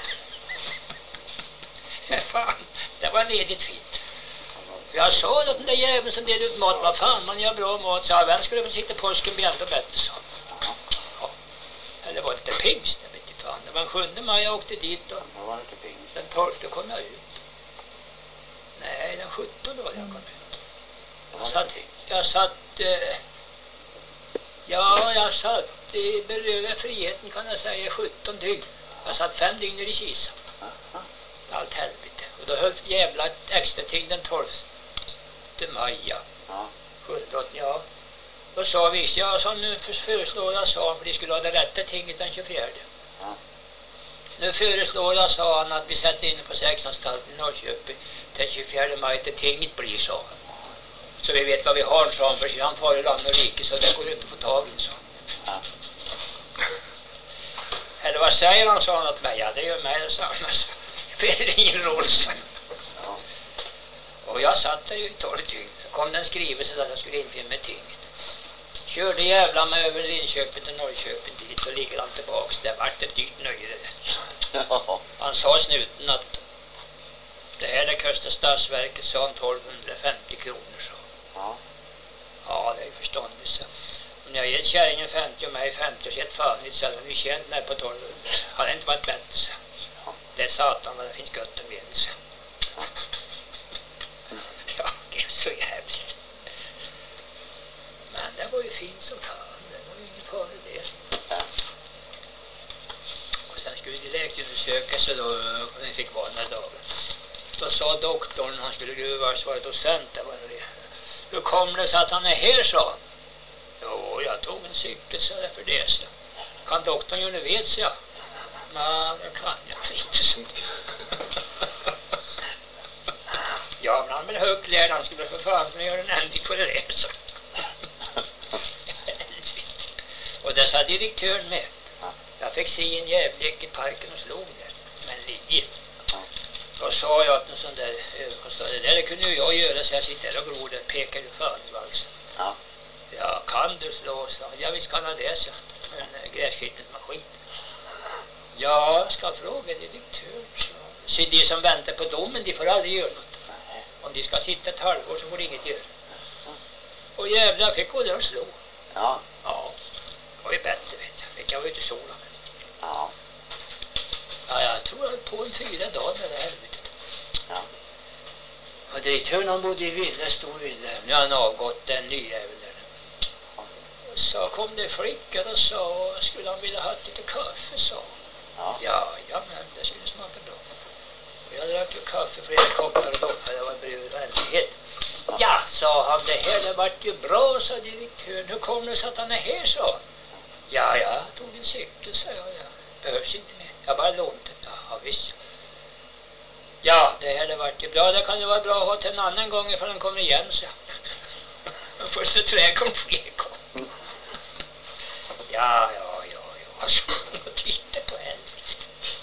Fan, det var ledigt fint. Jag sa att den där jäveln som delade ut mat, vad fan, man gör bra mat, så vem skulle få sitta påsken bli ändå bättre, så. Ja, det var lite pingst, jag vet inte fan. Det var den sjunde maj jag åkte dit och den tolfte kom jag ut. Nej, den sjuttonde var det jag kom ut. Jag satt, jag satt, eh, ja, jag satt i beröva friheten kan jag säga, sjutton dygn. Jag satt fem dygn i Kisa. Allt helvete. Och då höll jävla extra ting den tolfte maj, ja. Sjunde, ja. Då sa vi, ja, som nu föreslår jag, sa han, för de skulle ha det rätta tinget den tjugofjärde. Ja. Nu föreslår jag, sa han, att vi sätter in på sexanstalten i Norrköping den tjugofjärde maj till tinget blir, sa han. Så vi vet vad vi har, sa han, för han far i land och rike, så det går inte att få tag i, sa han. Ja. Eller vad säger han, sa han åt mig? Ja, det gör mig, sa han. Det spelar ingen roll, sa han. Ja. Och jag satt där ju i tolv dygn. Så kom den skrivelse att jag skulle införa med tinget. Körde jävla med över Linköping till Norrköping dit och ligger han tillbaks. Det vart ett dyrt nöje det. Ja. Han sa snuten att det här det kostar stadsverket, sa han, tolvhundrafemtio kronor. Så. Ja. Ja, det är ju förståndigt, så. Om jag gett kärringen femtio och mig femtio och sett fan så hade vi känt mig på tolvhundra. Hade inte varit bättre, så. Det är satan vad det finns gött om medel, så. Ja, det är så jävligt. Men det var ju fint som fan. Det var ju ingen fara det. Och sen skulle det läkarundersökas så då vi fick vara den här dagen. Då sa doktorn, han skulle ju vara docent där, var det. Hur kommer det så att han är här, sa han. Jo, jag tog en cykel, så det för det, så. Kan doktorn ju nu vet, så jag. Nej, det kan jag inte så mycket. Ja, men han blev högt lärd, han skulle för fan kunna göra en ändring på det där, så. Och där sa direktören med. Jag fick se en jävlek i parken och slog där. Men ligger. Då sa jag att en sån där överkostnad, det där kunde ju jag göra, så jag sitter där och glor där, pekar du fan i valsen. Ja. Ja, kan du slå, så. Ja, visst kan jag det, så. En gräsklippningsmaskin. Ja, jag ska fråga direktören, så. Så de som väntar på domen, de får aldrig göra något. Om de ska sitta ett halvår så får de inget göra. Och jävlar, jag fick gå där och slå. Ja. Ja. Det var ju bättre, vet jag. Fick jag vara ute i solen. Ja. Ja, jag tror jag höll på en fyra dagar med det här helvetet. Ja. Och direktören han bodde i Villa, stor Villa. Nu har han avgått, den nya jäveln där. Ja. Och så kom det flickan och sa, skulle han vilja ha lite kaffe, sa. Ja. Ja, ja, men det skulle smaka bra. Och jag drack ju kaffe, flera koppar och doppar, det var brud och ällighet. Ja. Ja, sa han, det här det vart ju bra, sa direktören. Hur kom det så att han är här, sa? Ja, jag tog en cykel, sa jag. Ja. Behövs inte mer. Jag bara lånade. Ja, visst. Ja, det här det vart ju bra. Det kan ju vara bra att ha till en annan gång ifall den kommer igen, så. Först och trä kom fler gång. Ja, ja, ja, ja. Så och titta på helvete.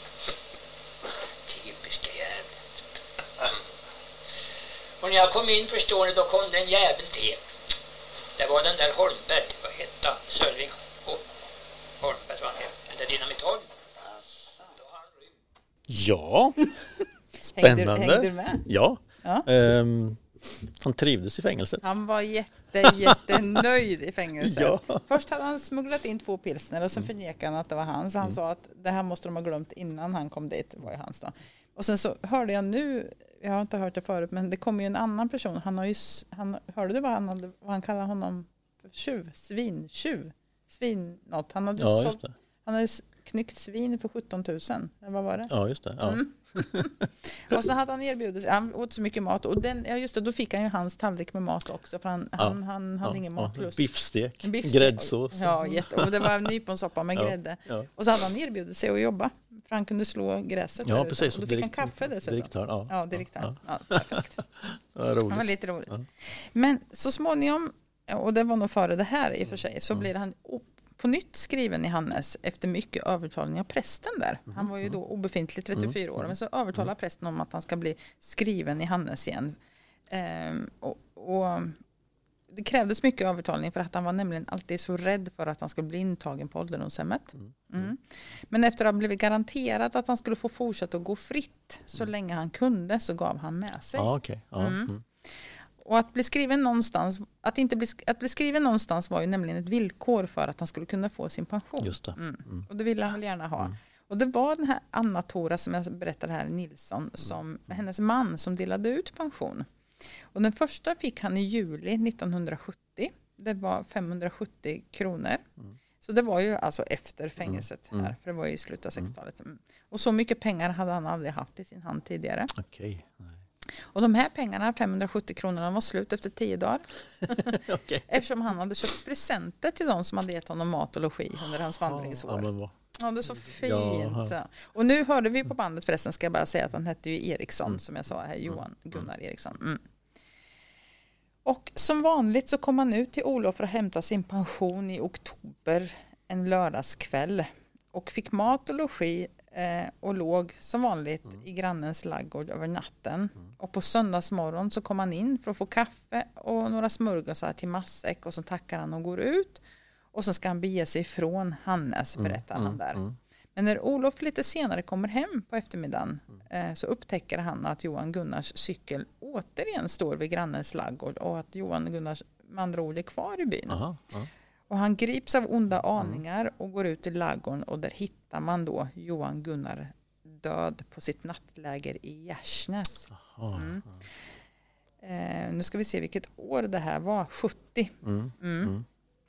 Typiska jävlar. Och när jag kom in, förstår ni, då kom den jäveln till. Det var den där Holmberg, vad hette han? Sölving. Oh, Holmberg, så han heter. Det Dynamit Holm. Ja, spännande. Hängde, hängde du med? Ja, ja. Um, han trivdes i fängelset. Han var jätte, jättenöjd i fängelset. Ja. Först hade han smugglat in två pilsner och sen förnekade han att det var hans. Han mm. sa att det här måste de ha glömt innan han kom dit. Det var ju hans då. Och sen så hörde jag nu, jag har inte hört det förut, men det kommer ju en annan person. Han har ju, han, hörde du vad han, hade, vad han kallade honom? Tjuv, svin, tjuv, svin, något. Han hade, ja, sålt, han hade knyckt svin för sjutton tusen. Vad var det? Ja, just det. Ja. Mm. Och så hade han erbjudit sig, han åt så mycket mat. Och den, ja just det, då fick han ju hans tallrik med mat också. För han, ja. han, han hade ja. ingen matlust. Biffstek, Biffstek. Gräddsås. Ja, jätte, och det var nyponsoppa med ja. grädde. Ja. Och så hade han erbjudit sig att jobba. För han kunde slå gräset. Ja, precis. Och då fick direkt, han kaffe dessutom. Direktör, ja. Ja, direktör. Ja. Ja, perfekt. Det var roligt. Det var lite roligt. Ja. Men så småningom, och det var nog före det här i och för sig, så mm. blir han på nytt skriven i Hannes efter mycket övertalning av prästen där. Han var ju då obefintlig trettiofyra år, men så övertalar prästen om att han ska bli skriven i Hannes igen. Ehm, och, och det krävdes mycket övertalning för att han var nämligen alltid så rädd för att han skulle bli intagen på ålderdomshemmet. Mm. Men efter att ha blivit garanterat att han skulle få fortsätta att gå fritt så mm. länge han kunde, så gav han med sig. Ah, okay. ah, mm. mm. Och att bli skriven någonstans, att inte bli, att bli skriven någonstans var ju nämligen ett villkor för att han skulle kunna få sin pension. Just det. Mm. Mm. Och det ville han väl gärna ha. Mm. Och det var den här Anna-Tora som jag berättade här, Nilsson, som mm. hennes man som delade ut pension. Och den första fick han i juli nittonhundrasjuttio. Det var femhundrasjuttio kronor. Mm. Så det var ju alltså efter fängelset mm. här, för det var ju i slutet av sextiotalet. Mm. Och så mycket pengar hade han aldrig haft i sin hand tidigare. Okej. Okay. Och de här pengarna, femhundrasjuttio kronorna, var slut efter tio dagar. Okay. Eftersom han hade köpt presenter till de som hade gett honom mat och logi under hans vandringsår. Ja, men ja, det är så fint. Ja. Och nu hörde vi på bandet förresten, ska jag bara säga att han hette ju Eriksson, mm. som jag sa här, Johan Gunnar mm. Eriksson. Mm. Och som vanligt så kom han ut till Olof för att hämta sin pension i oktober, en lördagskväll. Och fick mat och logi eh, och låg som vanligt mm. i grannens laggård över natten. Mm. Och på söndagsmorgon så kom han in för att få kaffe och några smörgåsar till matsäck. Och så tackar han och går ut. Och så ska han bege sig ifrån Hannes, berättar mm. han där. Mm. Men när Olof lite senare kommer hem på eftermiddagen eh, så upptäcker han att Johan Gunnars cykel återigen står vid grannens laggård och att Johan Gunnars med andra ord är kvar i byn. Aha, ja. Och han grips av onda aningar och går ut i laggården och där hittar man då Johan Gunnar död på sitt nattläger i Gärsnäs. Mm. Eh, nu ska vi se vilket år det här var. sjuttio Mm. Mm. Mm.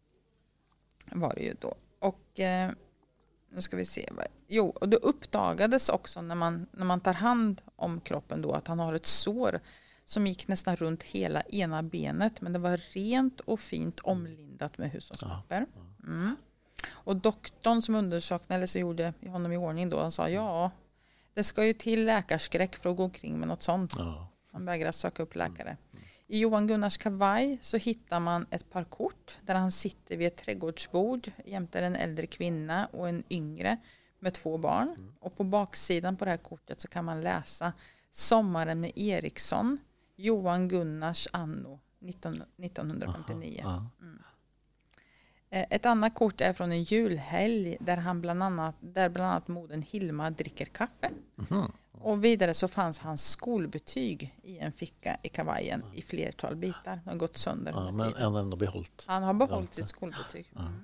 var det ju då. Och eh, nu ska vi se. Vad, jo, och det uppdagades också när man, när man tar hand om kroppen då att han har ett sår som gick nästan runt hela ena benet. Men det var rent och fint omlindat med hushållspapper. Mm. Och doktorn som undersökte eller så gjorde honom i ordning då, han sa ja, det ska ju till läkarskräck för att gå omkring med något sånt. Ja. Han vägrar söka upp läkare. I Johan Gunnars kavaj så hittar man ett par kort där han sitter vid ett trädgårdsbord jämte en äldre kvinna och en yngre med två barn. Mm. Och på baksidan på det här kortet så kan man läsa Sommaren med Eriksson, Johan Gunnars anno nittonhundrafemtionio. Aha, mm. Ett annat kort är från en julhelg där han bland annat, där bland annat modern Hilma dricker kaffe. Mm. Och vidare så fanns hans skolbetyg i en ficka i kavajen i flertal bitar. De har gått sönder. Ja, men han har ändå behållit. Han har behållit sitt skolbetyg. Mm.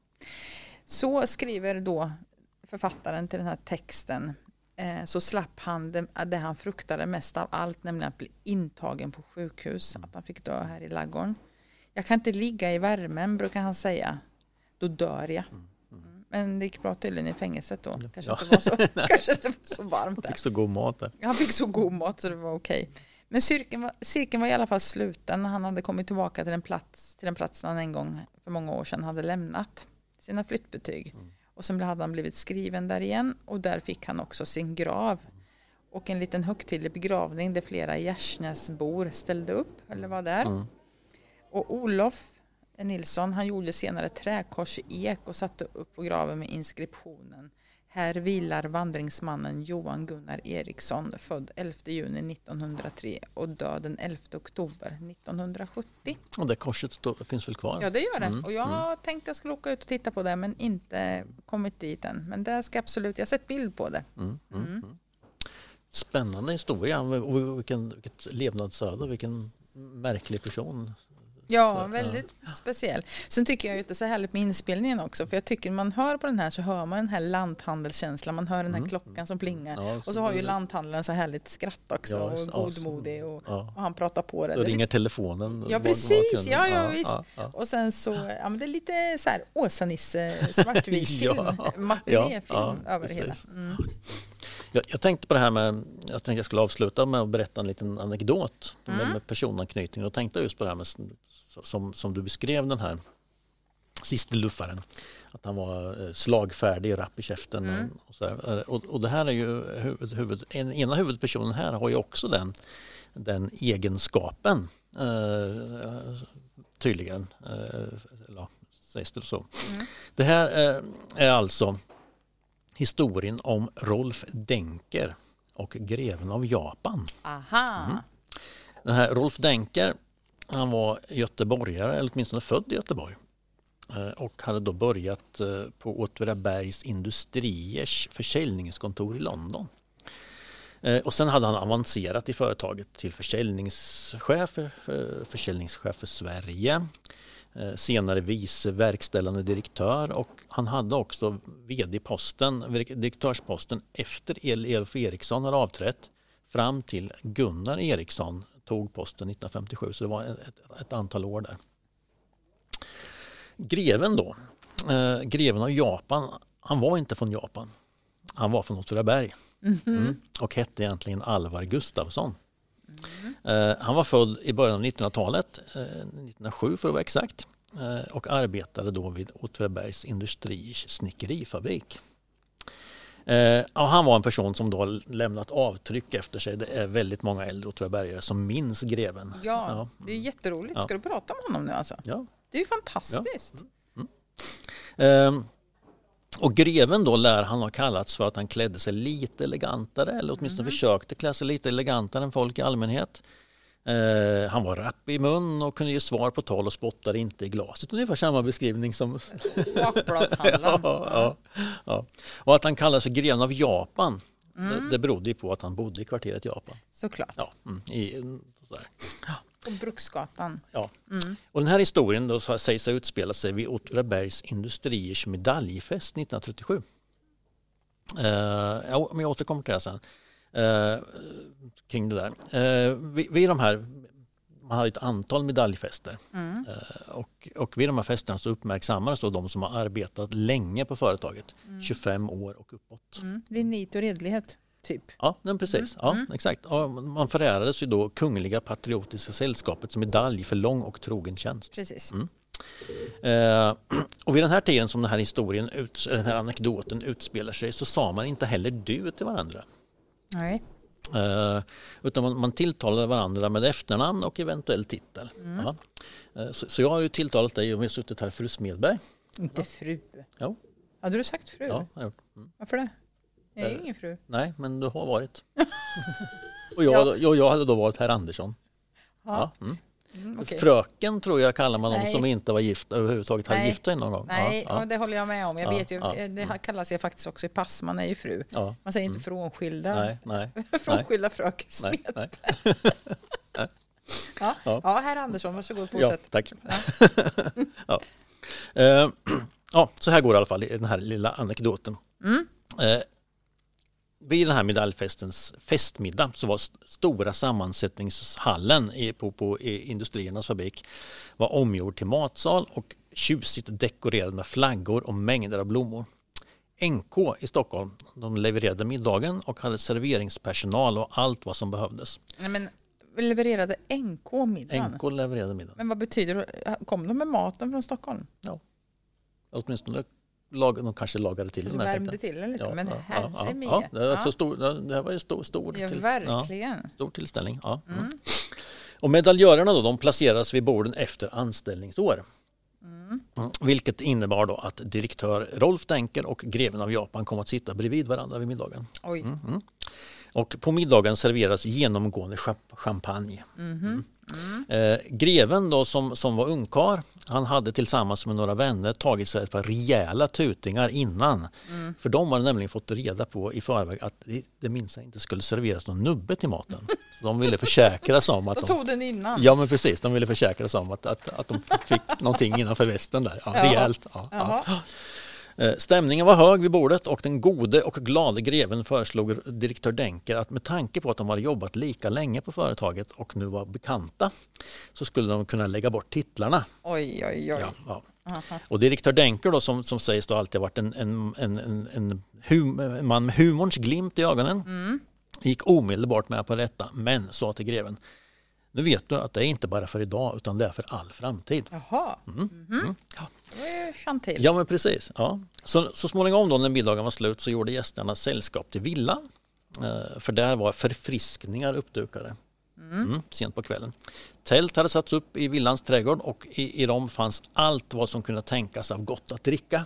Så skriver då författaren till den här texten. Eh, så slapp han det, det han fruktade mest av allt, nämligen att bli intagen på sjukhus. Att han fick dö här i laggården. Jag kan inte ligga i värmen, brukar han säga. Då dör jag. Mm. Men det gick bra tydligen i fängelset då. Kanske, Ja. inte, var så, kanske inte var så varmt där. Han fick så god mat där. Han fick så god mat så det var okej. Men cirkeln var, cirkeln var i alla fall sluten. Han hade kommit tillbaka till den plats, till den platsen han en gång för många år sedan hade lämnat sina flyttbetyg. Mm. Och sen hade han blivit skriven där igen. Och där fick han också sin grav. Och en liten högtidlig begravning där flera Gärsnäsbor ställde upp. Eller var där. Mm. Och Olof Nilsson, han gjorde senare träkors i ek och satte upp på graven med inskriptionen: här vilar vandringsmannen Johan Gunnar Eriksson, född elfte juni nittonhundratre och död den elfte oktober nittonhundrasjuttio. Och det korset stå, finns väl kvar? Ja, det gör det. Mm. Och jag mm. tänkte jag skulle åka ut och titta på det, men inte kommit dit än. Men det ska absolut, jag har sett bild på det. Mm. Mm. Mm. Spännande historia och vilken, vilket levnadsöde, vilken märklig person. Ja, väldigt ja. speciell. Sen tycker jag ju att det är så härligt med inspelningen också. För jag tycker man hör på den här så hör man den här lanthandelskänslan. Man hör den här mm. klockan som plingar. Ja, och så har ju lanthandlaren så härligt skratt också. Ja, och godmodig. Och, ja. och han pratar på det. Så ringer telefonen. Ja, precis. Ja, ja, visst. Ja, ja. Och sen så, ja men det är lite så här Åsa-Nisse svartvit film. ja. Matinéfilm ja, ja, över det hela. Mm. Jag, jag tänkte på det här med, jag tänkte jag skulle avsluta med att berätta en liten anekdot mm. med personanknytning. Och tänkte just på det här med, som, som du beskrev den här sista luffaren. Att han var slagfärdig, rapp i käften. Mm. Och, så där. Och, och det här är ju huvud, huvud, en, ena huvudpersonen här har ju också den, den egenskapen. Eh, tydligen. Eh, ja, sägs det så. Mm. Det här eh, är alltså historien om Rolf Denker och greven av Japan. Aha. Mm. Den här Rolf Denker, han var göteborgare, eller åtminstone född i Göteborg. Och hade då börjat på Åtvidabergs Industriers försäljningskontor i London. Och sen hade han avancerat i företaget till försäljningschef för, försäljningschef för Sverige. Senare vice verkställande direktör, och han hade också vd-posten, direktörsposten efter Elf Eriksson hade avträtt fram till Gunnar Eriksson tog posten nittonhundrafemtiosju, så det var ett, ett antal år där. Greven då, eh, greven av Japan, han var inte från Japan. Han var från Åtvidaberg mm-hmm. mm, och hette egentligen Alvar Gustafsson. Mm. Eh, han var född i början av nittonhundratalet, eh, nittonhundrasju för att vara exakt, eh, och arbetade då vid Åtvidabergs Industriers snickerifabrik. Eh, och han var en person som då lämnat avtryck efter sig. Det är väldigt många äldre Åtvidabergare som minns greven. Ja, ja, det är jätteroligt. Ska ja. du prata om honom nu alltså? Ja. Det är ju fantastiskt. Ja. Mm. Mm. Eh, och greven då lär han ha kallats för att han klädde sig lite elegantare, eller åtminstone mm. försökte klä sig lite elegantare än folk i allmänhet. Eh, han var rapp i mun och kunde ge svar på tal och spottade inte i glaset. Ungefär samma beskrivning som... Bakbladshandlaren. ja, ja, ja. Och att han kallas för greven av Japan, mm. det, det berodde ju på att han bodde i kvarteret Japan. Såklart. Ja, mm, i, sådär. På Bruksgatan. Ja. Mm. Och den här historien då sägs ha utspelat sig vid Åtvidabergs Industriers medaljfest nittonhundratrettiosju. Uh, ja, men jag återkommer till det sen. Uh, kring det där. Uh, vid, vid de här, man hade ett antal medaljfester. Mm. Uh, och, och vid de här festerna så uppmärksammades då de som har arbetat länge på företaget. Mm. tjugofem år och uppåt. Mm. Det är nit och redlighet. Typ. Ja, men precis. Mm. Ja, mm. exakt. Ja, man förärades ju då Kungliga Patriotiska Sällskapets medalj för lång och trogen tjänst. Precis. Mm. Eh, och vid den här tiden som den här historien, ut, den här anekdoten utspelar sig så sa man inte heller du till varandra. Nej. Eh, utan man, man tilltalade varandra med efternamn och eventuell titel. Mm. Ja. Eh, så, så jag har ju tilltalat dig om vi har suttit här fru Smedberg. Inte fru. Ja. Hade du sagt fru? Ja, jag har gjort. Mm. Varför det? Jag är ju ingen fru. Nej, men du har varit. och jag, ja. jag, jag hade då varit herr Andersson. Ja. Ja. Mm. Mm, okay. Fröken tror jag kallar man dem som inte var gifta överhuvudtaget hade gift sig någon gång. Nej, ja, ja. det håller jag med om. Jag ja, vet ju, ja, det kallas ju faktiskt också i pass. Man är ju fru. Ja. Man säger inte mm. frånskilda. Nej, nej. frånskilda fröken Smedberg. ja. Ja. ja, herr Andersson, varsågod, fortsätt. Ja, tack. Ja. ja. Uh, ja, så här går det i alla fall i den här lilla anekdoten. Mm. Uh, vid den här medaljfestens festmiddag så var stora sammansättningshallen i, på, på i Industriernas fabrik var omgjord till matsal och tjusigt dekorerad med flaggor och mängder av blommor. N K i Stockholm, de levererade middagen och hade serveringspersonal och allt vad som behövdes. Nej, men levererade N K middagen? N K levererade middagen. Men vad betyder det? Kom de med maten från Stockholm? Ja, åtminstone lag, de kanske lagade till den. Värmde till den lite, ja, men ja, herre ja, mig. ja, det, alltså stor, det här var ju stor, stor, ja, till, verkligen. Ja, stor tillställning. Ja. Mm. Mm. Och medaljörerna då, de placeras vid borden efter anställningsår. Mm. Mm. Vilket innebar då att direktör Rolf Denker och greven av Japan kom att sitta bredvid varandra vid middagen. Oj. Mm. Mm. Och på middagen serveras genomgående champagne. Mm-hmm. Mm. Mm. Eh, greven då som, som var ungkar, han hade tillsammans med några vänner tagit sig ett par rejäla tutingar innan. Mm. För de hade nämligen fått reda på i förväg att det, det minst inte skulle serveras någon nubbe till maten. Så de ville försäkra sig om att de... de tog den innan. Ja, men precis. De ville försäkra sig om att, att, att de fick någonting innanför västen där. Ja, rejält. Ja, ja. Stämningen var hög vid bordet och den gode och glade greven föreslog direktör Denker att med tanke på att de hade jobbat lika länge på företaget och nu var bekanta så skulle de kunna lägga bort titlarna. Oj, oj, oj. Ja, ja. Och direktör Denker då, som, som sägs då alltid ha varit en, en, en, en, en, hum, en man med humorns glimt i ögonen, mm. gick omedelbart med på detta, men sa till greven: nu vet du att det är inte bara för idag utan det är för all framtid. Jaha. Mm. Mm-hmm. Mm. Ja. Det var ju chantilt. Ja, men precis. Ja. Så, så småningom då när middagen var slut så gjorde gästerna sällskap till villan. Eh, för där var förfriskningar uppdukade. Mm. Mm, sent på kvällen. Tält hade satts upp i villans trädgård och i, i dem fanns allt vad som kunde tänkas av gott att dricka.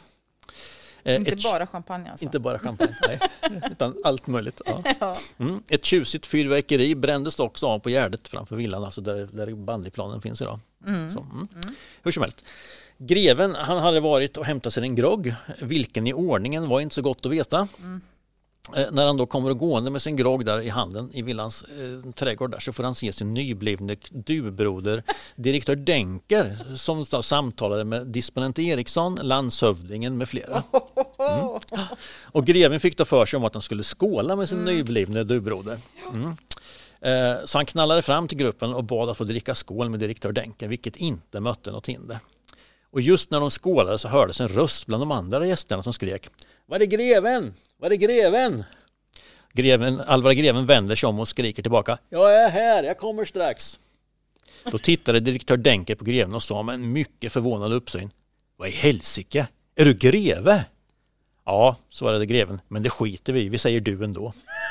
Inte ett, bara champagne alltså. Inte bara champagne, nej. Utan allt möjligt. Ja. Ja. Mm. Ett tjusigt fyrverkeri brändes också av på Gärdet framför villan, alltså där, där bandyplanen finns idag. Mm. Så, mm. Mm. Hur som helst. Greven, han hade varit och hämtat sig en grogg. Vilken i ordningen var inte så gott att veta. Mm. Eh, när han då kommer att gående med sin grogg där i handen i villans eh, trädgård där, så får han se sin nyblivne dubroder direktör Denker som då samtalade med disponent Eriksson, landshövdingen med flera. Mm. Och greven fick då för sig om att han skulle skåla med sin mm. nyblivne dubroder. Mm. Eh, så han knallade fram till gruppen och bad att få dricka skål med direktör Denker, vilket inte mötte något hinder. Och just när de skålade så hördes en röst bland de andra gästerna som skrek: var är greven? Var är greven? Greven, Alvar greven vänder sig om och skriker tillbaka: jag är här, jag kommer strax. Då tittade direktör Denker på greven och sa med en mycket förvånad uppsyn: vad i helsike? Är du greve? Ja, svarade greven, men det skiter vi, vi säger du ändå.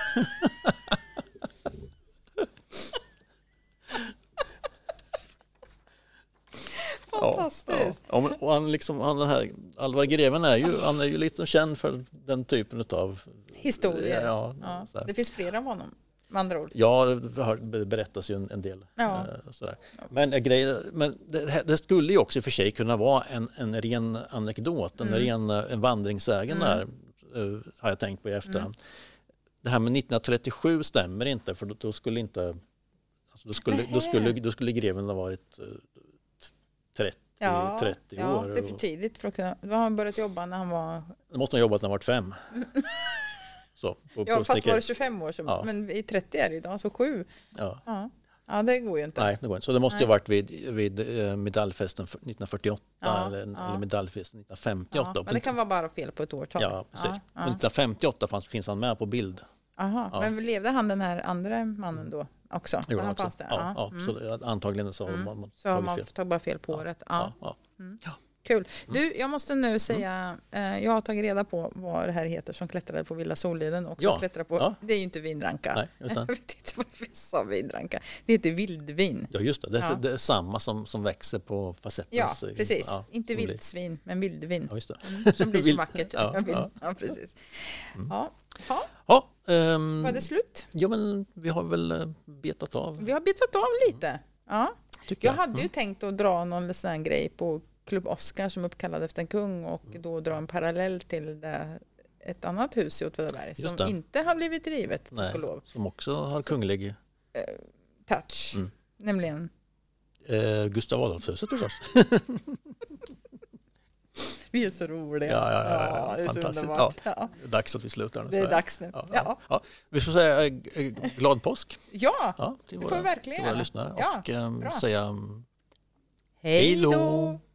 Fantastiskt. Ja, ja. Och han liksom, han den här Alvar greven är ju, han är ju lite känd för den typen av historier. Ja, ja. Det finns flera av honom. med andra ord. Ja, det berättas ju en, en del. Ja. Eh, sådär. Men, eh, grejer, men det, det skulle ju också i och för sig kunna vara en, en ren anekdot, en Mm. ren en vandringssägen Mm. där, eh, har jag tänkt på i efterhand. Mm. Det här med nittonhundratrettiosju stämmer inte, för då, då skulle inte alltså då, skulle, då, skulle, då skulle greven ha varit eh, trettio, Ja, trettio ja, år. det är för tidigt för att kunna... Då har han börjat jobba när han var... Då måste han ha jobbat när han var fem. Så, på, Ja, på fast snickeri. var det tjugofem år sedan. Ja. Men i trettio är det idag, så sju. Ja. Ja, ja det går ju inte. Nej, det går inte. Så det måste ju Nej. ha varit vid, vid eh, medaljfesten för- nittonhundrafyrtioåtta Ja, eller, ja. eller medaljfesten nittonhundrafemtioåtta. Ja, men det kan vara bara fel på ett årtal. Ja, precis. Ja, ja. Och nittonhundrafemtioåtta fanns, finns han med på bild. Aha, Ja. men levde han den här andra mannen då också? Gjorde han han fanns också. där? Ja, ja, Mm. så det, antagligen så har Mm. man, man Så har tagit man fel. tagit bara fel på året. Ja. Ja, ja. Mm. Ja. Kul. Du, jag måste nu säga, eh, jag har tagit reda på vad det här heter som klättrade på Villa Solliden och som Ja. klättrar på, Ja. det är ju inte vindranka. Nej, utan- Jag vet inte varför jag sa vindranka. Det heter vildvin. Ja, just det. Det är, Ja. det är samma som, som växer på facettens... Ja, precis. ja, inte olika. vildsvin, men vildvin. Ja, just det. Mm, som blir så Vild- vackert. Ja, Ja, vild. ja. Ja, precis. Ja. Ja, Ja, ehm, var det slut? ja, men vi har väl eh, betat av. Vi har betat av lite. Ja. Tycker Jag jag. hade ju tänkt att dra någon sån här grej på Klubb Oscar som är uppkallad efter en kung och då dra en parallell till det, ett annat hus i Åtvidaberg Just som det. inte har blivit rivet, Nej, tack och lov. som också har kunglig Touch, Mm. nämligen. eh, Gustav Adolfshuset förstås. Vi är så roliga. Ja, ja, ja, ja, det är så fantastiskt. underbart. Ja. Det är dags att vi slutar nu. Det är dags nu. Ja, Ja, ja. Ja. Vi får säga eh, eh, glad påsk ja. ja, till Det våra, får vi verkligen till våra göra. lyssnare Ja, och eh, bra. säga mm, Hej Hej då. då!